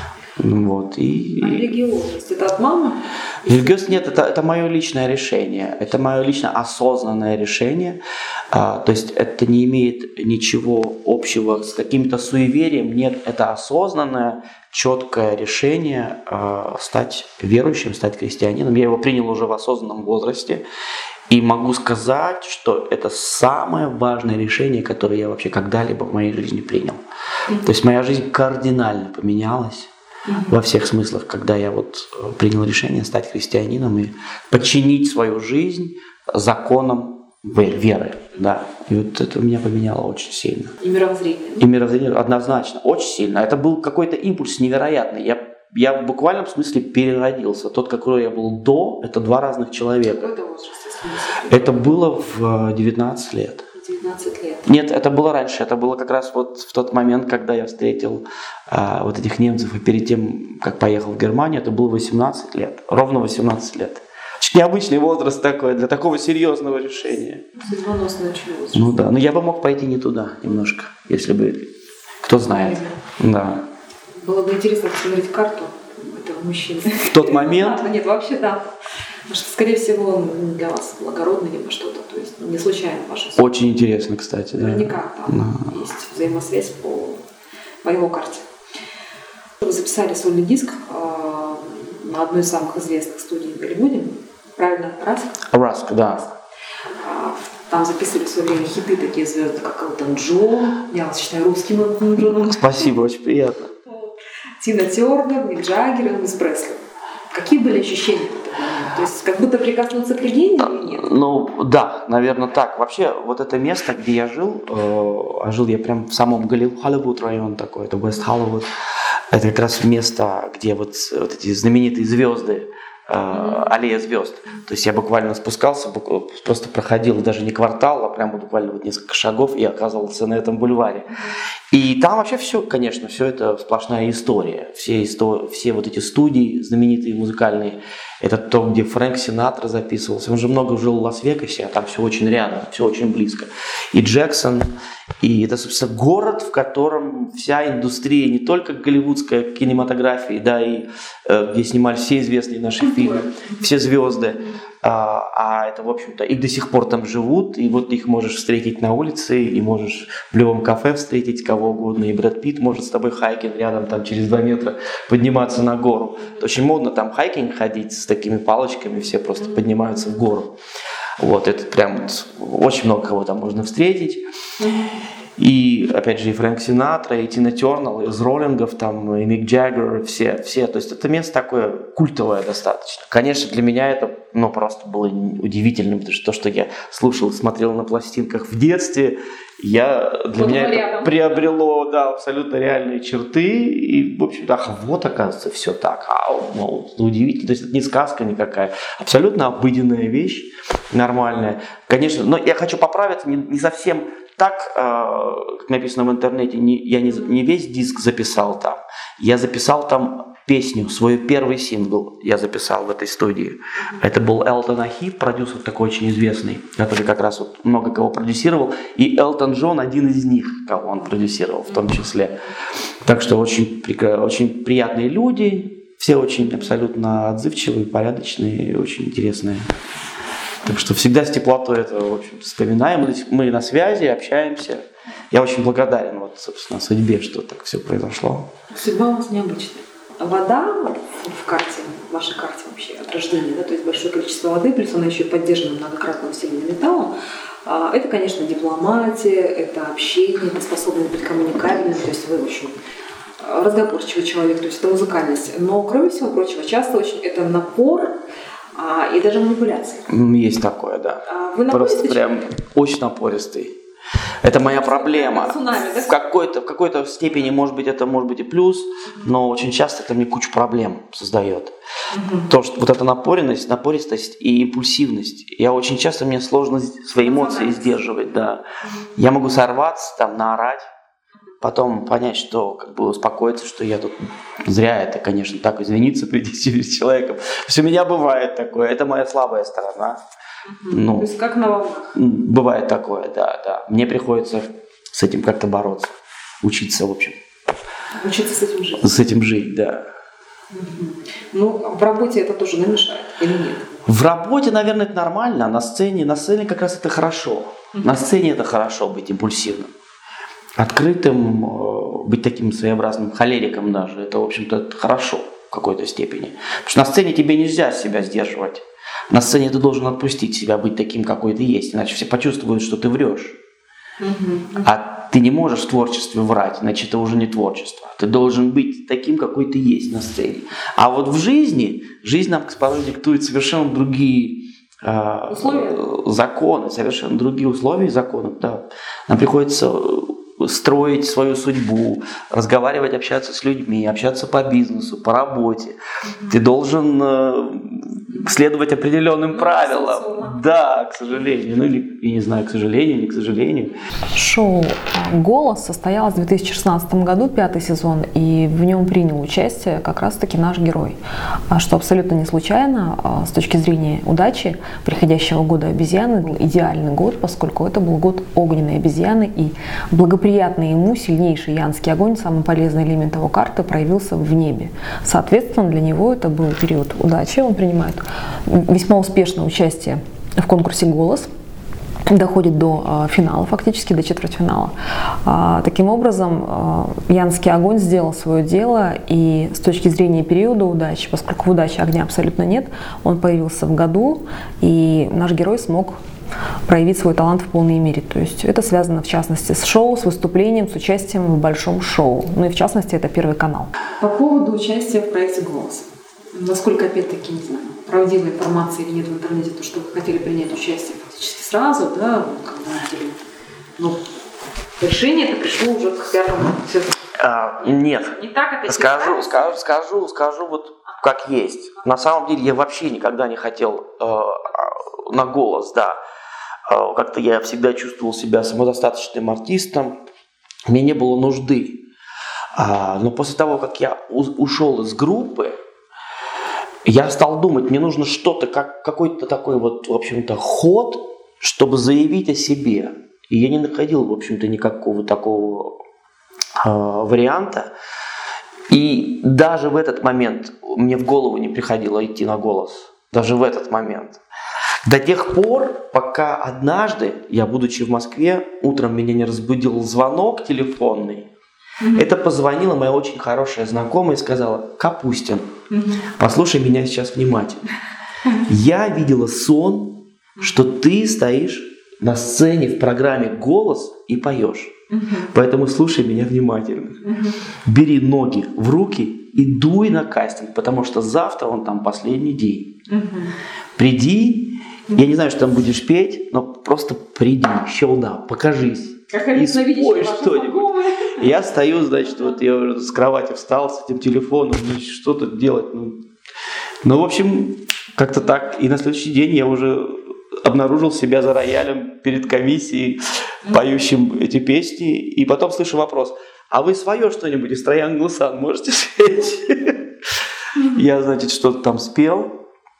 Вот, религиозность – это от мамы? Религиозность нет, это мое личное решение, это мое лично осознанное решение, то есть это не имеет ничего общего с каким-то суеверием, нет, это осознанное, четкое решение стать верующим, стать христианином. Я его принял уже в осознанном возрасте, и могу сказать, что это самое важное решение, которое я вообще когда-либо в моей жизни принял. То есть моя жизнь кардинально поменялась. Во всех смыслах, когда я вот принял решение стать христианином и подчинить свою жизнь законам веры, да. И вот это меня поменяло очень сильно. И мировоззрение. И мировоззрение однозначно, очень сильно. Это был какой-то импульс невероятный. Я в буквальном смысле переродился. Тот, какой я был до, это два разных человека. Какой это возраст? Это было в 19 лет. 19 лет. Нет, это было раньше. Это было как раз вот в тот момент, когда я встретил вот этих немцев, и перед тем, как поехал в Германию, это было 18 лет. Ровно 18 лет. Очень необычный возраст такой, для такого серьезного решения. Судьбоносный очень возраст. Ну да, но я бы мог пойти не туда немножко, если бы, кто знает. Да. Было бы интересно посмотреть карту этого мужчины. В тот момент? Нет, вообще да. Потому что, скорее всего, он для вас благородный либо что-то, то есть не случайно ваша судьба. Очень интересно, кстати, да. Наверняка там есть взаимосвязь по его карте. Вы записали сольный диск на одной из самых известных студий в Голливуде, правильно? Раск, да. Там записывали в свое время хиты такие звезды, как Элтон Джон, я вас считаю русским Элтоном Джоном. Спасибо, очень приятно. Тина Тернер, Мик Джаггер, Элвис Пресли. Какие были ощущения в этот момент? То есть как будто прикоснуться к легенде или нет? Ну, да, наверное, так. Вообще, вот это место, где я жил, а жил я прям в самом Холливуд район такой, это Вест Холливуд. Это как раз место, где вот эти знаменитые звезды, аллея звезд. То есть я буквально спускался, просто проходил даже не квартал, а прямо буквально вот несколько шагов и оказывался на этом бульваре. И там вообще все, конечно, все это сплошная история. Все вот эти студии знаменитые музыкальные, это то, где Фрэнк Синатра записывался. Он же много жил в Лас-Вегасе, а там все очень рядом, все очень близко. И Джексон, и это, собственно, город, в котором вся индустрия, не только голливудская кинематография, да, и где снимали все известные наши фильмы, все звезды, а это, в общем-то, их до сих пор там живут, и вот их можешь встретить на улице, и можешь в любом кафе встретить кого угодно, и Брэд Питт может с тобой хайкинг рядом, там через 2 метра подниматься на гору. Очень модно там хайкинг ходить с такими палочками, все просто поднимаются в гору. Вот, это прям вот, очень много кого там можно встретить. И, опять же, и Фрэнк Синатра, и Тина Тернелл, из роллингов, там, и Мик Джаггер, все. То есть это место такое культовое достаточно. Конечно, для меня это, просто было удивительным, потому что то, что я слушал и смотрел на пластинках в детстве, для меня это приобрело, да, абсолютно реальные черты. И, в общем-то, вот, оказывается, все так. Удивительно. То есть это не сказка никакая. Абсолютно обыденная вещь, нормальная. Конечно, но я хочу поправиться, не совсем так, как написано в интернете, я не весь диск записал там. Я записал там песню, свой первый сингл я записал в этой студии. Это был Элтон Ахив, продюсер такой очень известный, который как раз вот много кого продюсировал. И Элтон Джон один из них, кого он продюсировал в том числе. Так что очень приятные люди, все очень абсолютно отзывчивые, порядочные, очень интересные. Так что всегда с теплотой это, в общем, вспоминаем. Мы на связи, общаемся. Я очень благодарен, собственно, судьбе, что так все произошло. Судьба у вас необычная. Вода в карте, в вашей карте вообще от рождения, да, то есть большое количество воды, плюс она еще поддержана многократно усиленным металлом. Это, конечно, дипломатия, это общение, это способность быть коммуникабельным, то есть вы очень разговорчивый человек, то есть это музыкальность. Но, кроме всего прочего, часто очень это напор, и даже манипуляции. Есть такое, да. Вы напористый? Просто прям очень напористый. Это моя проблема. Цунами, да? В какой-то степени, может быть, это может быть и плюс, но очень часто это мне кучу проблем создает. То, что вот эта напористость и импульсивность. Очень часто мне сложно свои эмоции сдерживать, да. Я могу сорваться, там, наорать, потом понять, что успокоиться, что я тут зря это, конечно, так извиниться перед человеком. Все у меня бывает такое, это моя слабая сторона. То есть как на волнах. Бывает такое, да. Мне приходится с этим как-то бороться, учиться, в общем. Учиться с этим жить. С этим жить, да. В работе это тоже не мешает или нет? В работе, наверное, это нормально, а на сцене как раз это хорошо. На сцене это хорошо быть импульсивным. Открытым, быть таким своеобразным холериком даже, это, в общем-то, хорошо в какой-то степени. Потому что на сцене тебе нельзя себя сдерживать. На сцене ты должен отпустить себя, быть таким, какой ты есть, иначе все почувствуют, что ты врешь. А ты не можешь в творчестве врать, иначе это уже не творчество. Ты должен быть таким, какой ты есть на сцене. А вот в жизнь нам порой диктует совершенно другие законы, совершенно другие условия и законы. Да. Нам приходится строить свою судьбу, разговаривать, общаться с людьми, общаться по бизнесу, по работе. Ты должен следовать определенным правилам. Да, к сожалению. Или, я не знаю, к сожалению, не к сожалению. Шоу «Голос» состоялось в 2016 году, 5-й сезон, и в нем принял участие как раз-таки наш герой. Что абсолютно не случайно, с точки зрения удачи приходящего года обезьяны, был идеальный год, поскольку это был год огненной обезьяны, и благоприятный ему сильнейший янский огонь, самый полезный элемент его карты, проявился в небе. Соответственно, для него это был период удачи, он принимает весьма успешное участие в конкурсе «Голос», доходит до финала, фактически до четвертьфинала. Таким образом, янский огонь сделал свое дело, и с точки зрения периода удачи, поскольку в удаче огня абсолютно нет, он появился в году, и наш герой смог проявить свой талант в полной мере. То есть это связано, в частности, с шоу, с выступлением, с участием в большом шоу. Ну и в частности, это Первый канал. По поводу участия в проекте «Голос». Насколько, опять-таки, не знаю, правдивая информация или нет в интернете, то, что вы хотели принять участие фактически сразу, да, когда хотели, но решение это пришло уже к 5-му сезону. Нет. Не так это Скажу вот как есть. На самом деле я вообще никогда не хотел на голос, да. Как-то я всегда чувствовал себя самодостаточным артистом. Мне не было нужды. Но после того, как я ушел из группы, я стал думать, мне нужно что-то, какой-то такой вот, в общем-то, ход, чтобы заявить о себе. И я не находил, в общем-то, никакого такого варианта. И даже в этот момент мне в голову не приходило идти на голос. Даже в этот момент. До тех пор, пока однажды, я, будучи в Москве, утром меня не разбудил звонок телефонный. Это позвонила моя очень хорошая знакомая и сказала: Капустин, послушай меня сейчас внимательно. Я видела сон, что ты стоишь на сцене в программе «Голос» и поешь. Поэтому слушай меня внимательно. Бери ноги в руки и дуй на кастинг, потому что завтра он там последний день. Приди, я не знаю, что там будешь петь, но просто приди, щелда, покажись. И спой что-нибудь. Я стою, значит, вот я уже с кровати встал с этим телефоном, значит, что-то делать. Ну, в общем, как-то так. И на следующий день я уже обнаружил себя за роялем перед комиссией, поющим эти песни. И потом слышу вопрос: а вы свое что-нибудь из Triangle Sun можете спеть? Я, значит, что-то там спел.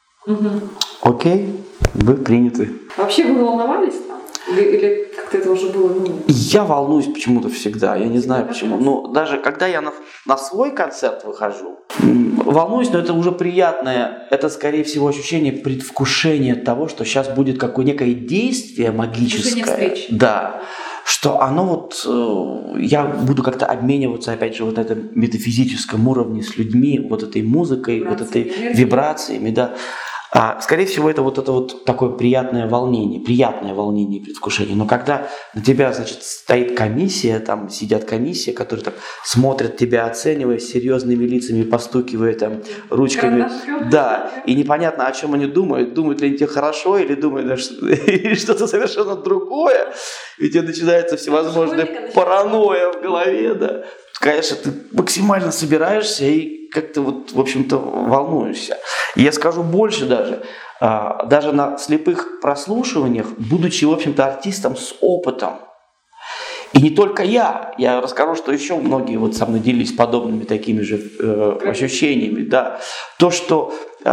Окей, вы приняты. Вообще вы волновались там? Или как-то это уже было? Я волнуюсь почему-то всегда, я не знаю почему. Но даже когда я на свой концерт выхожу, волнуюсь, но это уже приятное, это скорее всего ощущение предвкушения того, что сейчас будет некое действие магическое. Да. Что оно вот, я буду как-то обмениваться, опять же, вот на этом метафизическом уровне с людьми, вот этой музыкой, вот этой вибрациями, да. Скорее всего, это вот такое приятное волнение и предвкушение. Но когда на тебя, значит, стоит комиссия, там сидят комиссия, которые так смотрят тебя, оценивая с серьезными лицами, постукивая там ручками. Да, и непонятно, о чем они думают. Думают ли они тебе хорошо, или думают что-то совершенно другое. И у тебя начинается всевозможная паранойя в голове, да. Конечно, ты максимально собираешься и как-то вот, в общем-то, волнуешься. И я скажу больше даже на слепых прослушиваниях, будучи, в общем-то, артистом с опытом, и не только я расскажу, что еще многие вот со мной делились подобными такими же ощущениями, да, то, что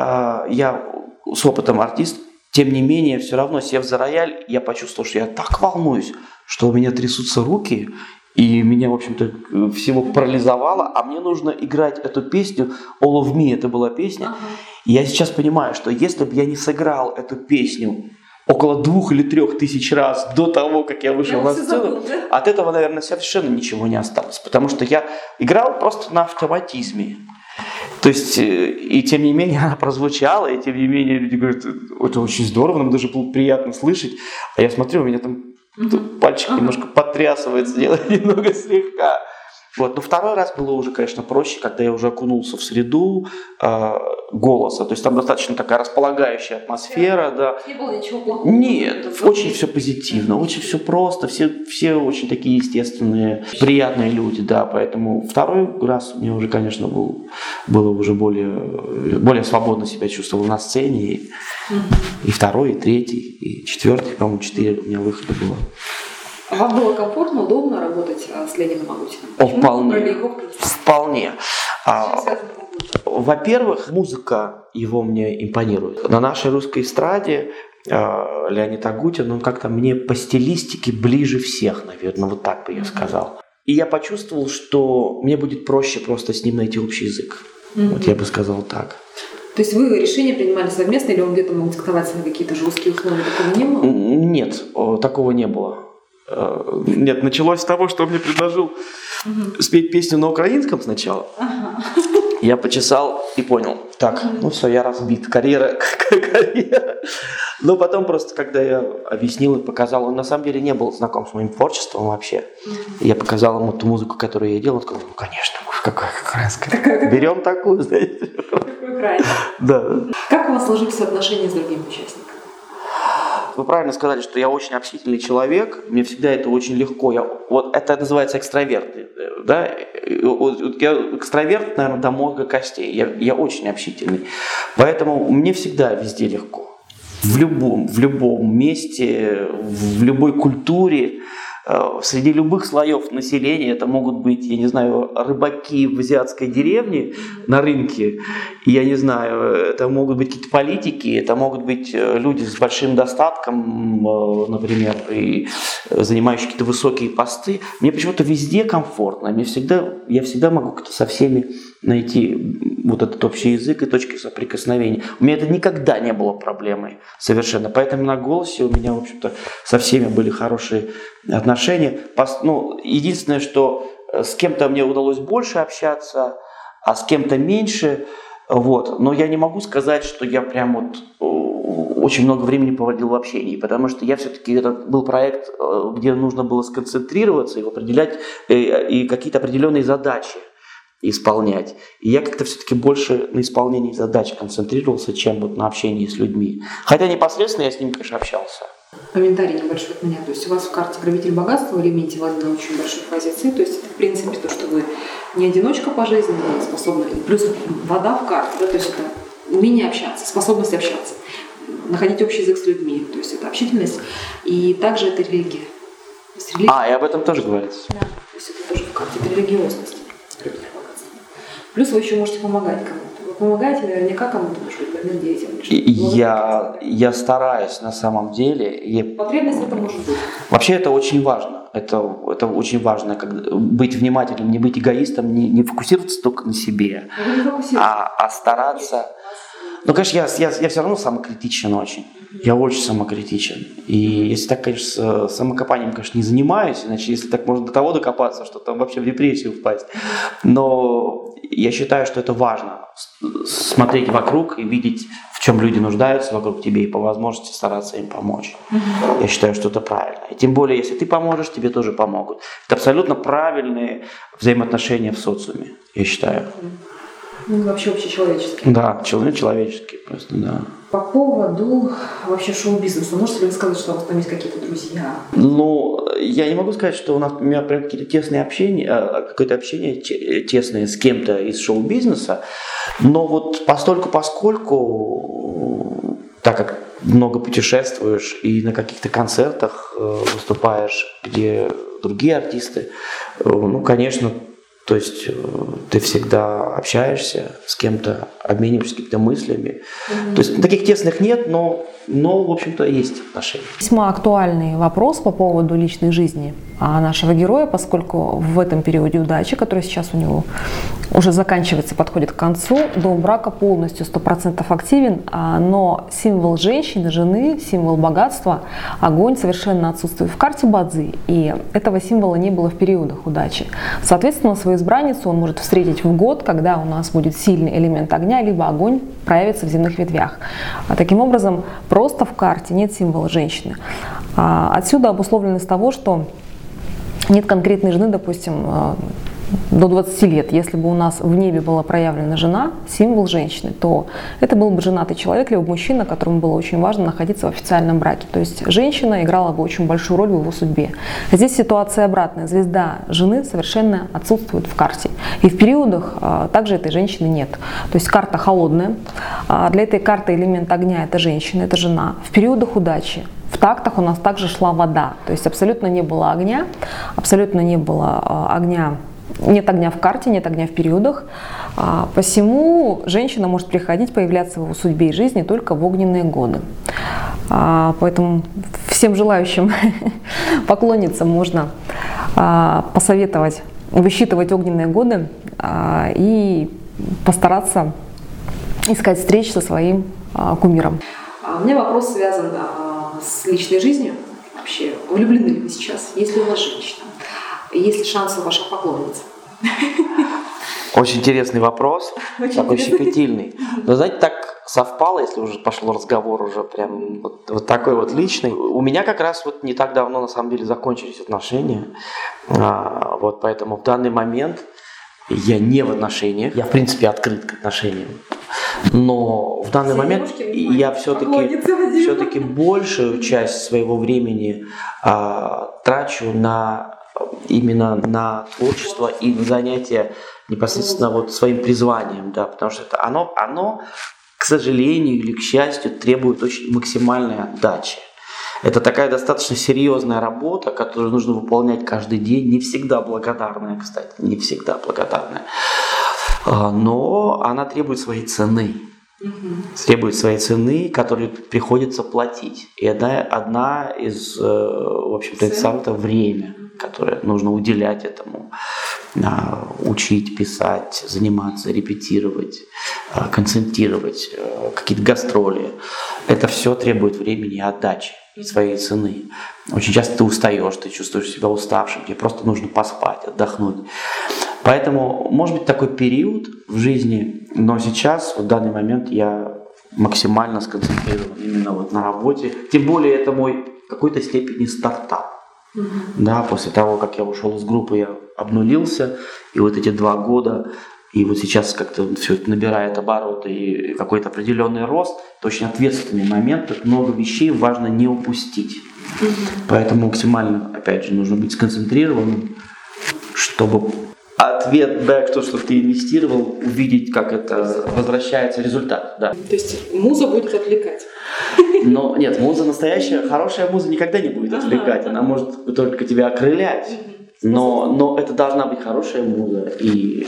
я с опытом артист, тем не менее, все равно, сев за рояль, я почувствовал, что я так волнуюсь, что у меня трясутся руки, и меня, в общем-то, всего парализовало, а мне нужно играть эту песню «All of Me», это была песня. И я сейчас понимаю, что если бы я не сыграл эту песню около 2 или 3 тысяч раз до того, как я вышел на сцену, от этого, наверное, совершенно ничего не осталось. Потому что я играл просто на автоматизме. То есть, и тем не менее она прозвучала, и тем не менее люди говорят: это очень здорово, нам даже было приятно слышать. А я смотрю, у меня там пальчик немножко потрясывается, делает немного слегка. Вот. Но второй раз было уже, конечно, проще, когда я уже окунулся в среду голоса. То есть там достаточно такая располагающая атмосфера. Да. Не было ничего плохого? Нет, очень все позитивно, очень все просто, все очень такие естественные, приятные люди. Да. Поэтому второй раз мне уже, конечно, было уже более свободно себя чувствовал на сцене. И второй, и третий, и четвертый, по-моему, 4 у меня выхода было. Вам было комфортно, удобно работать с Леонидом Агутиным? Вполне. Во-первых, музыка его мне импонирует. На нашей русской эстраде Леонид Агутин, он как-то мне по стилистике ближе всех, наверное, вот так бы я сказал. И я почувствовал, что мне будет проще просто с ним найти общий язык. Вот я бы сказал так. То есть вы решения принимали совместно, или он где-то мог диктовать свои какие-то жесткие условия? Такого не было? Нет, такого не было. Нет, началось с того, что он мне предложил спеть песню на украинском сначала. Я почесал и понял: так, ну все, я разбит, карьера. Но потом просто, когда я объяснил и показал, он на самом деле не был знаком с моим творчеством вообще. Я показал ему ту музыку, которую я делал, он сказал: ну конечно, какая украинская. Берем такую, знаете. крайне. Да. Как у вас сложились отношения с другими участниками? Вы правильно сказали, что я очень общительный человек, мне всегда это очень легко. Вот это называется экстраверт. Да? Я экстраверт, наверное, до мозга костей. Я очень общительный. Поэтому мне всегда везде легко. В любом месте, в любой культуре, среди любых слоев населения, это могут быть, я не знаю, рыбаки в азиатской деревне на рынке, я не знаю, это могут быть какие-то политики, это могут быть люди с большим достатком, например, и занимающие какие-то высокие посты. Мне почему-то везде комфортно, я всегда могу со всеми найти вот этот общий язык и точки соприкосновения. У меня это никогда не было проблемой совершенно, поэтому на «Голосе» у меня, в общем-то, со всеми были хорошие отношения. Единственное, что с кем-то мне удалось больше общаться, а с кем-то меньше. Вот. Но я не могу сказать, что я прям очень много времени проводил в общении, потому что я все-таки, это был проект, где нужно было сконцентрироваться и определять и какие-то определенные задачи исполнять. И я как-то все-таки больше на исполнении задач концентрировался, чем на общении с людьми. Хотя непосредственно я с ними, конечно, общался. Комментарий небольшой от меня. То есть у вас в карте «Грабитель богатства» в элементе воды на очень большой позиции. То есть это, в принципе, то, что вы не одиночка по жизни, но способны. Плюс вода в карте, да, то есть это умение общаться, способность общаться, находить общий язык с людьми. То есть это общительность. И также это религия. И об этом тоже говорится. Да, то есть это тоже в карте, это религиозность. Плюс вы еще можете помогать кому-то. Вы помогаете наверняка кому-то, может быть, больным детям. Я стараюсь на самом деле. Потребность это может быть. Вообще это очень важно. Это очень важно, быть внимательным, не быть эгоистом, не фокусироваться только на себе, а стараться. Ну, конечно, я все равно самокритичен очень. Я очень самокритичен. И если так, конечно, самокопанием, конечно, не занимаюсь, иначе если так можно до того докопаться, что там вообще в депрессию впасть. Но я считаю, что это важно. Смотреть вокруг и видеть, в чем люди нуждаются вокруг тебя, и по возможности стараться им помочь. Я считаю, что это правильно. И тем более, если ты поможешь, тебе тоже помогут. Это абсолютно правильные взаимоотношения в социуме, я считаю. Вообще общечеловеческие. Да, человеческие просто, да. По поводу вообще шоу-бизнеса, можете ли вы сказать, что у вас там есть какие-то друзья? Ну, я не могу сказать, что у меня прям какие-то тесные общения, какое-то общение тесное с кем-то из шоу-бизнеса, но вот поскольку, так как много путешествуешь и на каких-то концертах выступаешь, где другие артисты, ну, конечно, то есть ты всегда общаешься с кем-то, обмениваешься какими-то мыслями. То есть таких тесных нет, но в общем-то, есть отношения. Весьма актуальный вопрос по поводу личной жизни нашего героя, поскольку в этом периоде удачи, который сейчас у него уже заканчивается, подходит к концу, дом брака полностью 100% активен, но символ женщины, жены, символ богатства, огонь совершенно отсутствует в карте Бадзи, и этого символа не было в периодах удачи. Соответственно, свою избранницу он может встретить в год, когда у нас будет сильный элемент огня, либо огонь проявится в земных ветвях. Таким образом, просто в карте нет символа женщины. Отсюда обусловленность того, что нет конкретной жены, допустим, до 20 лет. Если бы у нас в небе была проявлена жена, символ женщины, то это был бы женатый человек, либо мужчина, которому было очень важно находиться в официальном браке. То есть женщина играла бы очень большую роль в его судьбе. Здесь ситуация обратная. Звезда жены совершенно отсутствует в карте. И в периодах также этой женщины нет. То есть карта холодная. Для этой карты элемент огня – это женщина, это жена. В периодах удачи в тактах у нас также шла вода. То есть абсолютно не было огня, абсолютно не было огня. Нет огня в карте, нет огня в периодах. Посему женщина может приходить, появляться в его судьбе и жизни только в огненные годы. Поэтому всем желающим поклонницам можно посоветовать высчитывать огненные годы и постараться искать встреч со своим кумиром. У меня вопрос связан с личной жизнью. Вообще, влюблены ли вы сейчас? Есть ли у вас женщина? Есть ли шанс у ваших поклонниц? Очень интересный вопрос, такой щепетильный. Но, знаете, так совпало, если уже пошел разговор уже прям вот такой вот личный. У меня как раз вот не так давно, на самом деле, закончились отношения. Вот поэтому в данный момент я не в отношениях. Я, в принципе, открыт к отношениям. Но в данный момент я Поклонница Вадима. все-таки большую часть своего времени трачу именно на творчество и на занятия непосредственно вот своим призванием, да, потому что оно, к сожалению или к счастью, требует очень максимальной отдачи. Это такая достаточно серьезная работа, которую нужно выполнять каждый день, не всегда благодарная, кстати, не всегда благодарная, но она требует своей цены. Требует своей цены, которую приходится платить. И одна из, в общем-то, это время, которое нужно уделять этому. Учить, писать, заниматься, репетировать, концентрировать, какие-то гастроли. Это все требует времени и отдачи, и своей цены. Очень часто ты устаешь, ты чувствуешь себя уставшим, тебе просто нужно поспать, отдохнуть. Поэтому, может быть, такой период в жизни, но сейчас, в данный момент, я максимально сконцентрирован именно вот на работе. Тем более, это мой в какой-то степени стартап. Да, после того, как я ушел из группы, я обнулился, и вот эти 2 года, и вот сейчас как-то все это набирает обороты и какой-то определенный рост, это очень ответственный момент, тут много вещей важно не упустить. Поэтому максимально, опять же, нужно быть сконцентрированным, чтобы ответ back, то, что ты инвестировал, увидеть, как это возвращается результат. Да. То есть муза будет отвлекать. Но нет, муза настоящая, хорошая муза никогда не будет отвлекать, она может только тебя окрылять. Но это должна быть хорошая муза, и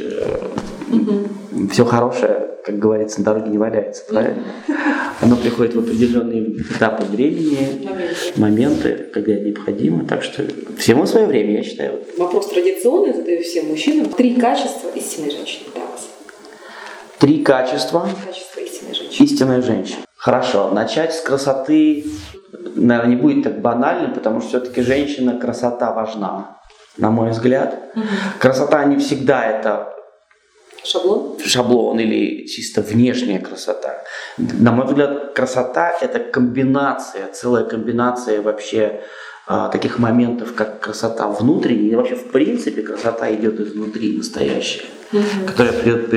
все хорошее, как говорится, на дороге не валяется, правильно? Оно приходит в определенные этапы времени, моменты, когда это необходимо, так что всему свое время, я считаю. Вопрос традиционный, задаю всем мужчинам. 3 качества истинной женщины для вас. 3 качества Истинной женщины. истинной женщины. Хорошо, начать с красоты, наверное, не будет так банально, потому что все-таки женщина, красота важна, на мой взгляд. Красота не всегда это шаблон или чисто внешняя красота. На мой взгляд, красота – это комбинация, целая комбинация вообще таких моментов, как красота внутренняя, и вообще в принципе красота идет изнутри, настоящая, которая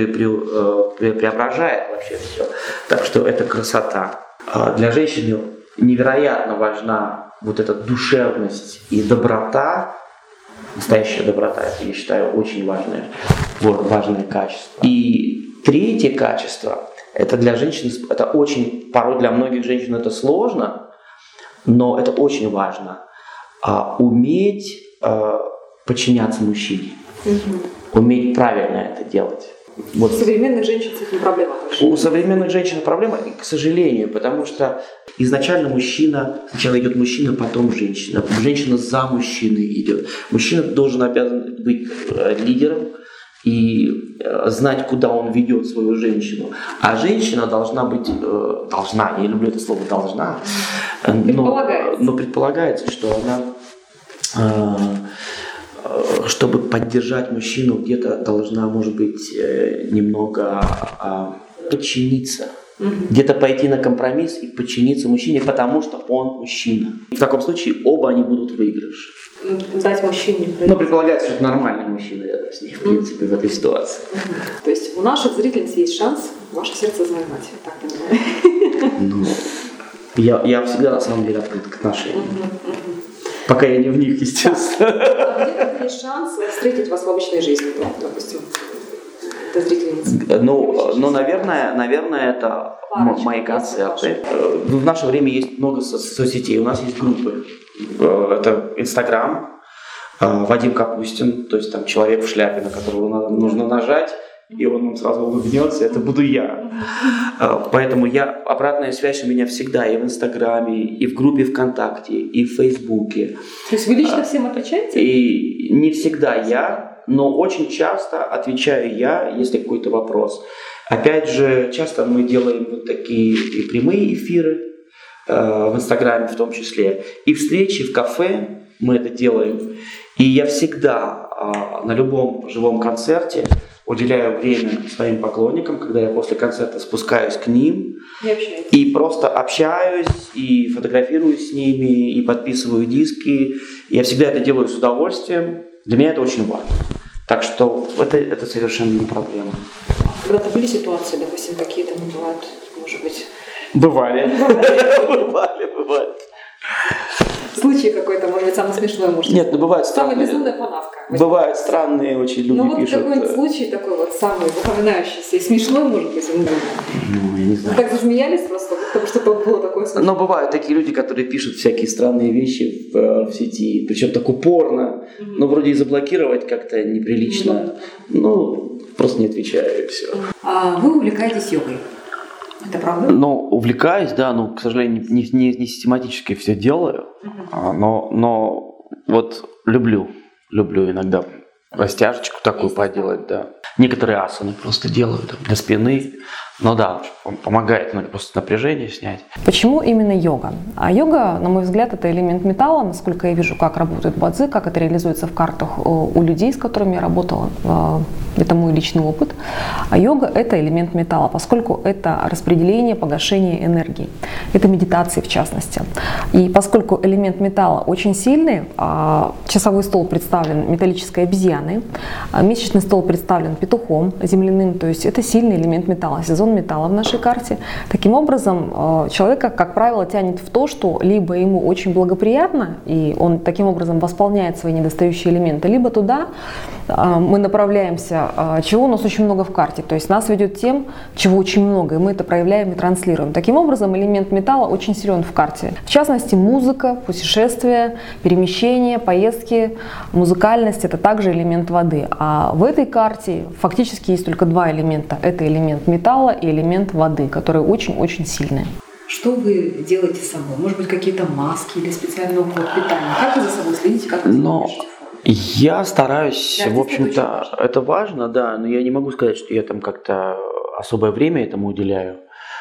преображает вообще все. Так что это красота. Для женщины невероятно важна вот эта душевность и доброта, настоящая доброта, это, я считаю, очень важное качество. И 3 качество, это для женщин, это очень, порой для многих женщин это сложно, но это очень важно. Уметь подчиняться мужчине, уметь правильно это делать. Вот. У современных женщин с этим проблема. У современных женщин проблема, к сожалению, потому что изначально сначала идет мужчина, потом женщина. Женщина за мужчиной идет. Мужчина обязан быть лидером и знать, куда он ведет свою женщину. А женщина должна быть, я не люблю это слово «должна», но предполагается, что она, чтобы поддержать мужчину, где-то должна, может быть, немного подчиниться. Где-то пойти на компромисс и подчиниться мужчине, потому что он мужчина. В таком случае оба они будут в выигрыше. Дать мужчине. Но предполагается, что нормальный мужчина рядом с ней, в принципе, в этой ситуации. То есть у наших зрительниц есть шанс ваше сердце завоевать, я так понимаю. Я всегда, на самом деле, открыт к отношениям. Пока я не в них, естественно. А где есть шанс встретить вас в обычной жизни, допустим? Наверное, это мои концерты. В наше время есть много соцсетей. У нас есть группы. Это Инстаграм, Вадим Капустин, то есть там человек в шляпе, на которого нужно нажать, и он вам сразу улыбнется, это буду я. Поэтому обратная связь у меня всегда и в Инстаграме, и в группе ВКонтакте, и в Фейсбуке. То есть вы лично всем отвечаете? И не всегда я, но очень часто отвечаю я, если какой-то вопрос. Опять же, часто мы делаем вот такие и прямые эфиры в Инстаграме в том числе, и встречи в кафе мы это делаем. И я всегда на любом живом концерте уделяю время своим поклонникам, когда я после концерта спускаюсь к ним и просто общаюсь, и фотографируюсь с ними, и подписываю диски. Я всегда это делаю с удовольствием. Для меня это очень важно. Так что это совершенно не проблема. Когда-то были ситуации, допустим, какие-то, бывают, может быть... Бывали. Бывали. Случай какой-то, может быть, самый смешной, может быть. Нет, ну бывает Самая странные. безумная панавка. Бывают странные очень люди Ну вот пишут. какой-нибудь случай такой вот самый запоминающийся и смешной, может быть, он был. Ну, я не Вы знаю. так засмеялись просто, потому что было такое случай. Но бывают такие люди, которые пишут всякие странные вещи в сети, причем так упорно, но вроде и заблокировать как-то неприлично. Ну, просто не отвечаю, и все. А вы увлекаетесь йогой? Это правда? Ну, увлекаюсь, да, но, к сожалению, не систематически все делаю, но вот люблю иногда растяжечку такую поделать, да. Некоторые асаны просто делаю там, для спины, но да, помогает просто напряжение снять. Почему именно йога? А йога, на мой взгляд, это элемент металла, насколько я вижу, как работает бадзи, как это реализуется в картах у людей, с которыми я работала. Это мой личный опыт. А йога – это элемент металла, поскольку это распределение, погашение энергии. Это медитации в частности. И поскольку элемент металла очень сильный, часовой стол представлен металлической обезьяной, месячный стол представлен петухом земляным, то есть это сильный элемент металла, сезон металла в нашей карте. Таким образом, человека, как правило, тянет в то, что либо ему очень благоприятно, и он таким образом восполняет свои недостающие элементы, либо туда мы направляемся, чего у нас очень много в карте, то есть нас ведет тем, чего очень много, и мы это проявляем и транслируем. Таким образом, элемент металла очень силен в карте. В частности, музыка, путешествия, перемещения, поездки, музыкальность – это также элемент воды. А в этой карте фактически есть только два элемента. Это элемент металла и элемент воды, которые очень-очень сильные. Что вы делаете с собой? Может быть, какие-то маски или специальный уклад питания? Как вы за собой следите, как вы держите форму? Я стараюсь, Да, в общем-то, это очень это важно, да, но я не могу сказать, что я там как-то особое время этому уделяю.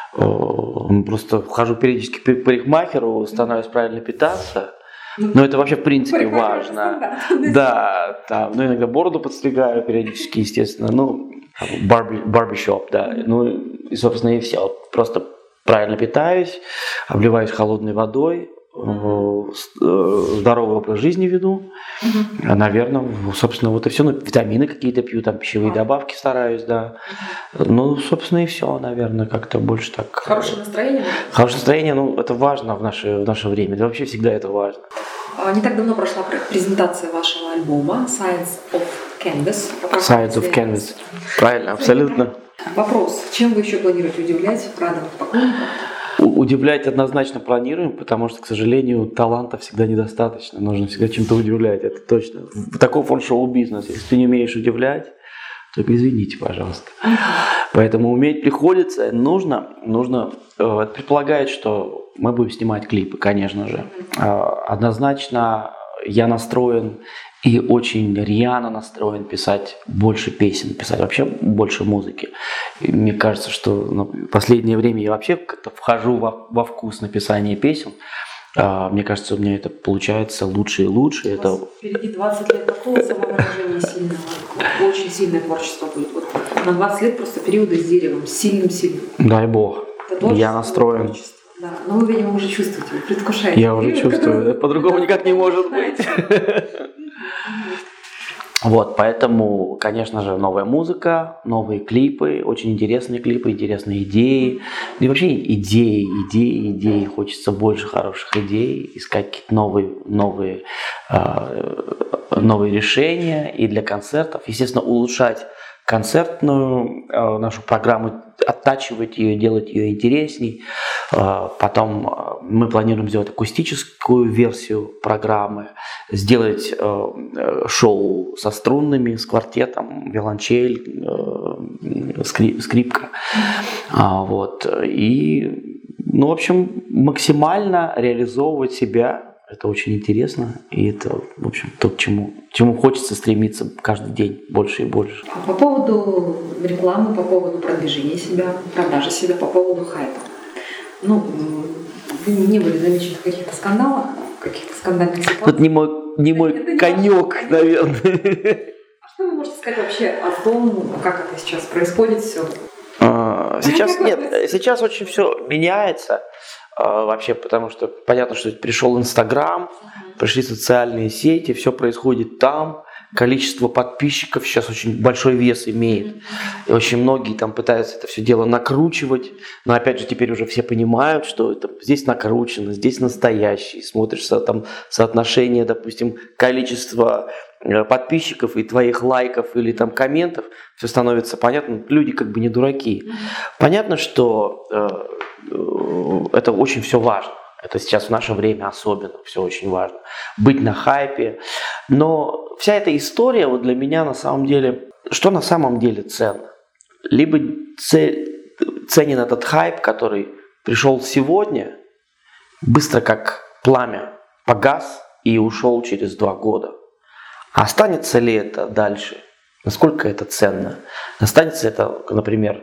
Просто хожу периодически к парикмахеру, стараюсь правильно питаться. Но это вообще в принципе важно. Да, там, ну иногда бороду подстригаю периодически, естественно. Ну, барбершоп, да. Ну и, собственно, и все. Просто правильно питаюсь, обливаюсь холодной водой, здоровый образ жизни веду. Наверное, собственно, вот и все. Ну, витамины какие-то пью, там пищевые добавки стараюсь, да. Ну, собственно, и все, наверное, как-то больше так. Хорошее настроение? Хорошее настроение, ну, это важно в наше время. Да вообще всегда это важно. Не так давно прошла презентация вашего альбома Science of Canvas. Science of Canvas. Правильно, абсолютно. Вопрос. Чем вы еще планируете удивлять, радовать поклонников? Удивлять однозначно планируем, потому что, к сожалению, таланта всегда недостаточно. Нужно всегда чем-то удивлять, это точно. Таков он шоу-бизнес. Если ты не умеешь удивлять, то извините, пожалуйста. Поэтому уметь приходится, нужно. Это предполагает, что мы будем снимать клипы, конечно же. Однозначно я настроен и очень рьяно настроен писать больше песен, писать вообще больше музыки. И мне кажется, что в последнее время я вообще как-то вхожу во вкус написания песен. Мне кажется, у меня это получается лучше и лучше. У вас впереди 20 лет такого самовыражения сильного. Очень сильное творчество будет. Вот на 20 лет просто периоды с деревом, сильным-сильным. Дай бог. Я настроен. Да, но вы, видимо, уже чувствуете, вы предвкушаете. Я уже чувствую. По-другому никак не может быть. Вот, поэтому, конечно же, новая музыка, новые клипы, очень интересные клипы, интересные идеи. И вообще идеи. Хочется больше хороших идей, искать какие-то новые решения и для концертов. Естественно, улучшать концертную нашу программу, оттачивать ее, делать ее интересней. Потом мы планируем сделать акустическую версию программы, сделать шоу со струнными, с квартетом, виолончель, скрипка. Вот. И, в общем, максимально реализовывать себя. Это очень интересно, и это, в общем, то, к чему хочется стремиться каждый день больше и больше. По поводу рекламы, по поводу продвижения себя, продажи себя, по поводу хайпа. Вы не были замечены в каких-то скандалах, в каких-то скандальных ситуациях? Тут не мой конек, наверное. А что вы можете сказать вообще о том, как это сейчас происходит все? Сейчас очень все меняется. Вообще, потому что понятно, что пришел Инстаграм, пришли социальные сети, все происходит там, количество подписчиков сейчас очень большой вес имеет. И очень многие там пытаются это все дело накручивать. Но опять же, теперь уже все понимают, что это здесь накручено, здесь настоящий. Смотришь там соотношение, допустим, количества подписчиков и твоих лайков или там комментов, все становится понятно. Люди как бы не дураки. Понятно, что это очень все важно. Это сейчас в наше время особенно все очень важно. Быть на хайпе. Но вся эта история вот для меня на самом деле, что на самом деле ценно? Либо ценен этот хайп, который пришел сегодня, быстро как пламя погас и ушел через 2 года. А останется ли это дальше? Насколько это ценно? Останется это, например,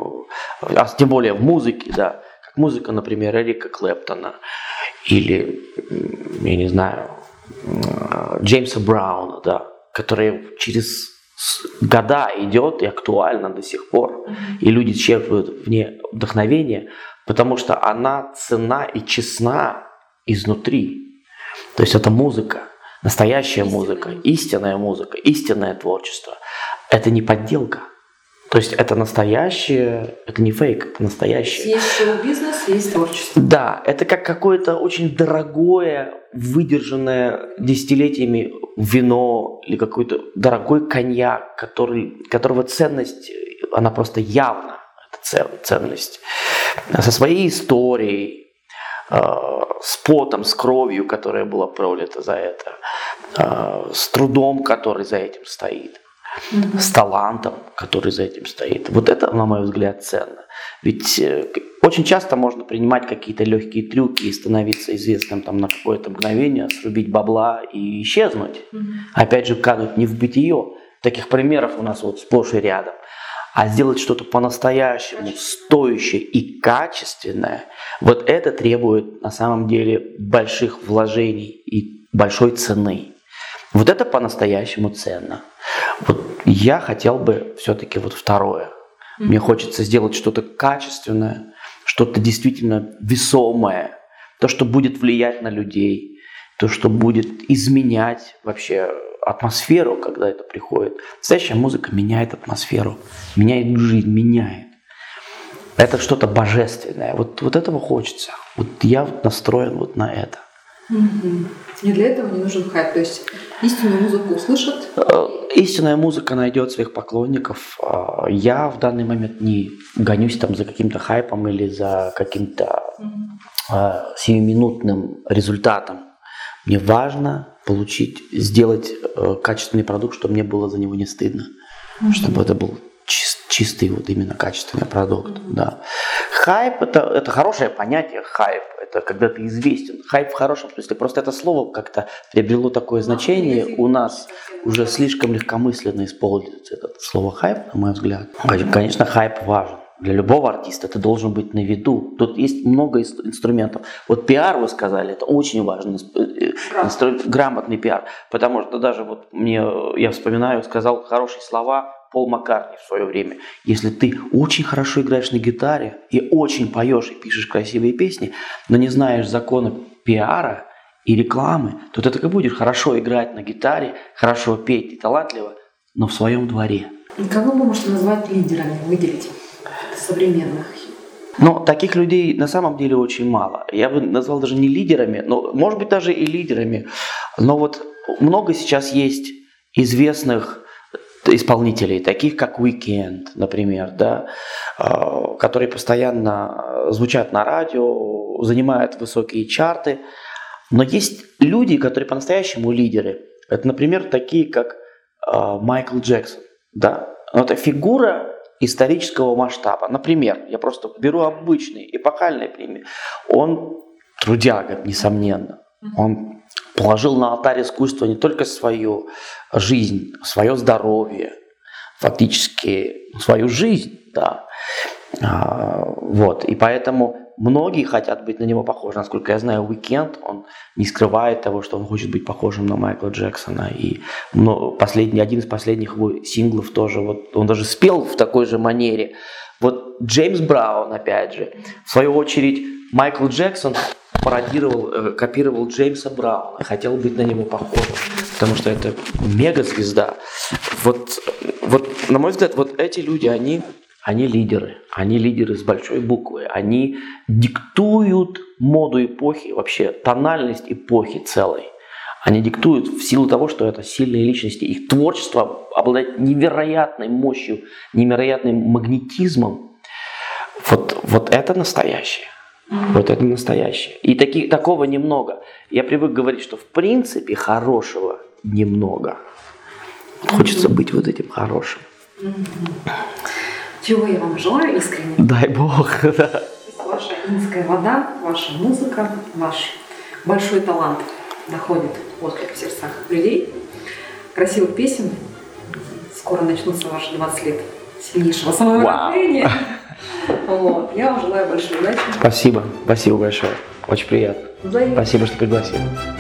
тем более в музыке, да, как музыка, например, Эрика Клэптона или, я не знаю, Джеймса Брауна, да, которая через года идет и актуальна до сих пор. И люди черпают в ней вдохновение, потому что она ценна и честна изнутри. То есть это музыка. Настоящая музыка, истинная творчество. Это не подделка. То есть это настоящее, это не фейк, это настоящее. Есть шоу-бизнес, есть творчество. Да, это как какое-то очень дорогое, выдержанное десятилетиями вино или какой-то дорогой коньяк, которого ценность, она просто явна, это ценность. Со своей историей, с потом, с кровью, которая была пролита за это, с трудом, который за этим стоит, с талантом, который за этим стоит. Вот это, на мой взгляд, ценно. Ведь очень часто можно принимать какие-то легкие трюки и становиться известным там, на какое-то мгновение, срубить бабла и исчезнуть. Опять же, кануть не в бытие. Таких примеров у нас вот сплошь и рядом. А сделать что-то по-настоящему стоящее и качественное, вот это требует на самом деле больших вложений и большой цены. Вот это по-настоящему ценно. Вот я хотел бы все-таки вот второе. Мне хочется сделать что-то качественное, что-то действительно весомое, то, что будет влиять на людей, то, что будет изменять вообще атмосферу, когда это приходит. Настоящая музыка меняет атмосферу, меняет жизнь, меняет. Это что-то божественное. Вот этого хочется. Вот я настроен вот на это. И для этого не нужен хайп. То есть истинную музыку услышат? Истинная музыка найдет своих поклонников. Я в данный момент не гонюсь там за каким-то хайпом или за каким-то сиюминутным результатом. Мне важно сделать качественный продукт, чтобы мне было за него не стыдно. Чтобы это был чистый вот именно качественный продукт. Да. Хайп это хорошее понятие, хайп. Это когда ты известен. Хайп в хорошем смысле. Просто это слово как-то приобрело такое значение. У нас уже слишком легкомысленно используется это слово хайп, на мой взгляд. Конечно, хайп важен. Для любого артиста ты должен быть на виду. Тут есть много инструментов. Вот пиар, вы сказали, это очень важный грамотный пиар. Потому что даже вот я вспоминаю, сказал хорошие слова Пол Маккартни в свое время. Если ты очень хорошо играешь на гитаре и очень поешь и пишешь красивые песни, но не знаешь закона пиара и рекламы, то ты так и будешь хорошо играть на гитаре, хорошо петь и талантливо, но в своем дворе. Кого вы можете назвать лидерами, выделить современных? Но таких людей на самом деле очень мало. Я бы назвал даже не лидерами, но, может быть, даже и лидерами. Но вот много сейчас есть известных исполнителей, таких как Weeknd, например, да, которые постоянно звучат на радио, занимают высокие чарты. Но есть люди, которые по-настоящему лидеры. Это, например, такие как Майкл Джексон. Да? Это фигура исторического масштаба. Например, я просто беру обычный эпохальный пример. Он трудяга, несомненно. Он положил на алтарь искусства не только свою жизнь, свое здоровье, фактически свою жизнь. Да. Вот. И поэтому многие хотят быть на него похожи. Насколько я знаю, Weeknd, он не скрывает того, что он хочет быть похожим на Майкла Джексона. И один из последних его синглов тоже, вот, он даже спел в такой же манере. Вот Джеймс Браун, опять же, в свою очередь, Майкл Джексон пародировал, копировал Джеймса Брауна, хотел быть на него похожим, потому что это мегазвезда. Вот, на мой взгляд, вот эти люди, они лидеры с большой буквы, они диктуют моду эпохи, вообще тональность эпохи целой. Они диктуют в силу того, что это сильные личности. Их творчество обладает невероятной мощью, невероятным магнетизмом. Вот это настоящее. Вот это настоящее. И такого немного. Я привык говорить, что в принципе хорошего немного. Хочется быть вот этим хорошим. Чего я вам желаю искренне. Дай Бог. Да. Ваша инская вода, ваша музыка, ваш большой талант находит отклик в сердцах людей. Красивых песен. Скоро начнутся ваши 20 лет сильнейшего самовыражения. Вот. Я вам желаю большой удачи. Спасибо большое. Очень приятно. Взаимно. Спасибо, что пригласили.